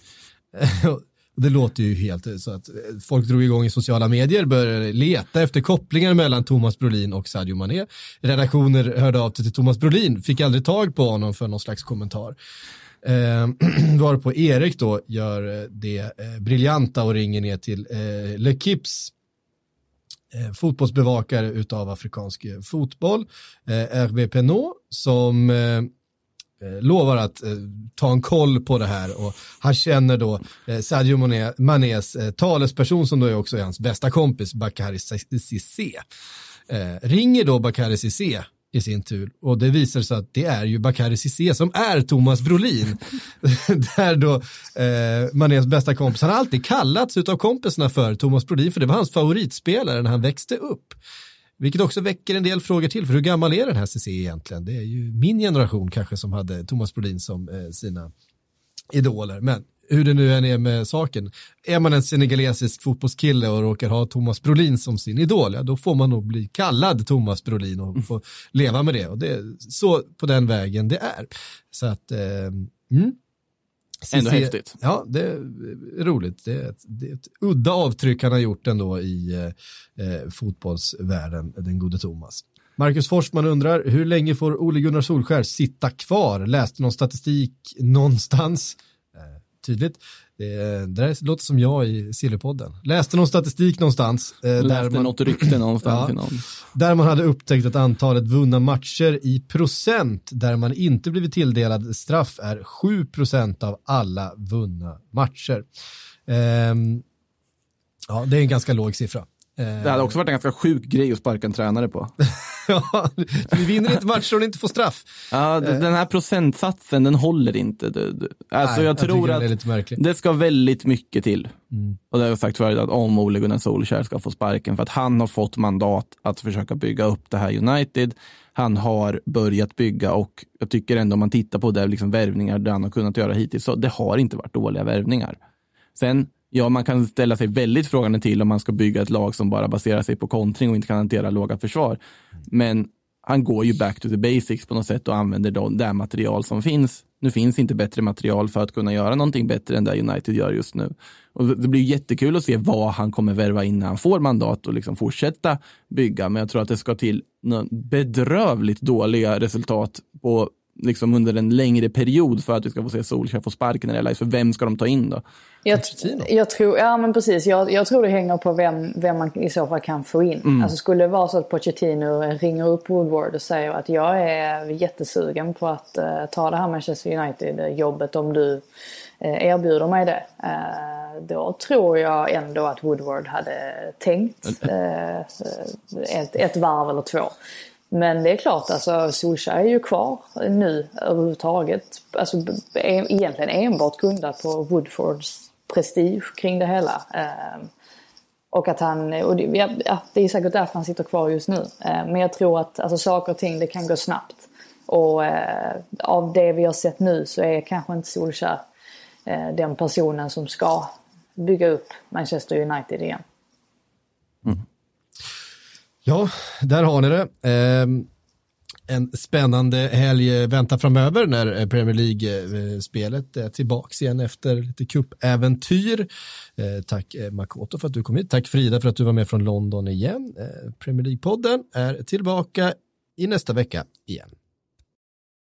S1: Det låter ju helt så att folk drog igång i sociala medier, började leta efter kopplingar mellan Thomas Brolin och Sadio Mané. Redaktioner hörde av sig till Thomas Brolin, fick aldrig tag på honom för någon slags kommentar. Eh, varpå Erik då gör det eh, briljanta och ringer ner till eh, L'Equips eh, fotbollsbevakare utav afrikansk fotboll, eh, R B Penot, som eh, lovar att eh, ta en koll på det här och han känner då eh, Sadio Mané, Manés eh, talesperson som då är också är hans bästa kompis Bakary Cissé. Eh, ringer då Bakary Cissé i sin tur och det visar sig att det är ju Bakary Cissé som är Thomas Brolin. Där då eh, Manés bästa kompis, han har alltid kallats utav kompisarna för Thomas Brolin för det var hans favoritspelare när han växte upp. Vilket också väcker en del frågor till, för hur gammal är den här C C egentligen? Det är ju min generation kanske som hade Thomas Brolin som eh, sina idoler. Men hur det nu än är med saken, är man en senegalesisk fotbollskille och råkar ha Thomas Brolin som sin idol, ja, då får man nog bli kallad Thomas Brolin och få leva med det. Och det är så på den vägen det är. Så att, eh, mm.
S2: Ändå häftigt.
S1: Ja, det är roligt. Det är, ett, det är ett udda avtryck han har gjort ändå i eh, fotbollsvärlden, den gode Thomas. Marcus Forsman undrar, hur länge får Ole Gunnar Solskjær sitta kvar? Läste någon statistik någonstans? Eh, tydligt. Det, det där låter som jag i Sillypodden. Läste någon statistik någonstans. Eh,
S2: Läste
S1: där man,
S2: något rykte någonstans.
S1: ja,
S2: i någon.
S1: Där man hade upptäckt att antalet vunna matcher i procent där man inte blivit tilldelad straff är sju procent av alla vunna matcher. Eh, ja, det är en ganska låg siffra.
S2: Det hade också varit en ganska sjuk grej att sparka en tränare på.
S1: Ja, vi vinner inte matcher och inte får straff.
S2: Ja, den här procentsatsen, den håller inte. Alltså Nej, jag, jag tror att det, det ska väldigt mycket till. Mm. Och det har jag sagt förut att om Ole Gunnar Solskjær ska få sparken för att han har fått mandat att försöka bygga upp det här United. Han har börjat bygga och jag tycker ändå om man tittar på det liksom värvningar där han har kunnat göra hittills så det har inte varit dåliga värvningar. Sen ja, man kan ställa sig väldigt frågande till om man ska bygga ett lag som bara baserar sig på kontring och inte kan hantera låga försvar. Men han går ju back to the basics på något sätt och använder då det material som finns. Nu finns inte bättre material för att kunna göra någonting bättre än det United gör just nu. Och det blir jättekul att se vad han kommer värva in när han får mandat och liksom fortsätta bygga. Men jag tror att det ska till bedrövligt dåliga resultat på liksom under en längre period för att vi ska få se Solskjær få sparken eller för vem ska de ta in då?
S3: Jag, jag tror, ja men precis, jag, jag tror det hänger på vem, vem man i så fall kan få in. Mm. Alltså skulle det vara så att Pochettino ringer upp Woodward och säger att jag är jättesugen på att uh, ta det här Manchester United-jobbet om du uh, erbjuder mig det. Uh, då tror jag ändå att Woodward hade tänkt uh, ett, ett varv eller två. Men det är klart, alltså Solskjær är ju kvar nu överhuvudtaget. Alltså egentligen enbart grundat på Woodfords prestige kring det hela. Eh, och att han, och det, ja, det är säkert därför han sitter kvar just nu. Eh, men jag tror att alltså, saker och ting, det kan gå snabbt. Och eh, av det vi har sett nu så är kanske inte Solskjær eh, den personen som ska bygga upp Manchester United igen.
S1: Mm. Ja, där har ni det. Eh, en spännande helg väntar framöver när Premier League-spelet är tillbaka igen efter lite cupäventyr. Eh, tack Makoto för att du kom hit. Tack Frida för att du var med från London igen. Eh, Premier League-podden är tillbaka i nästa vecka igen.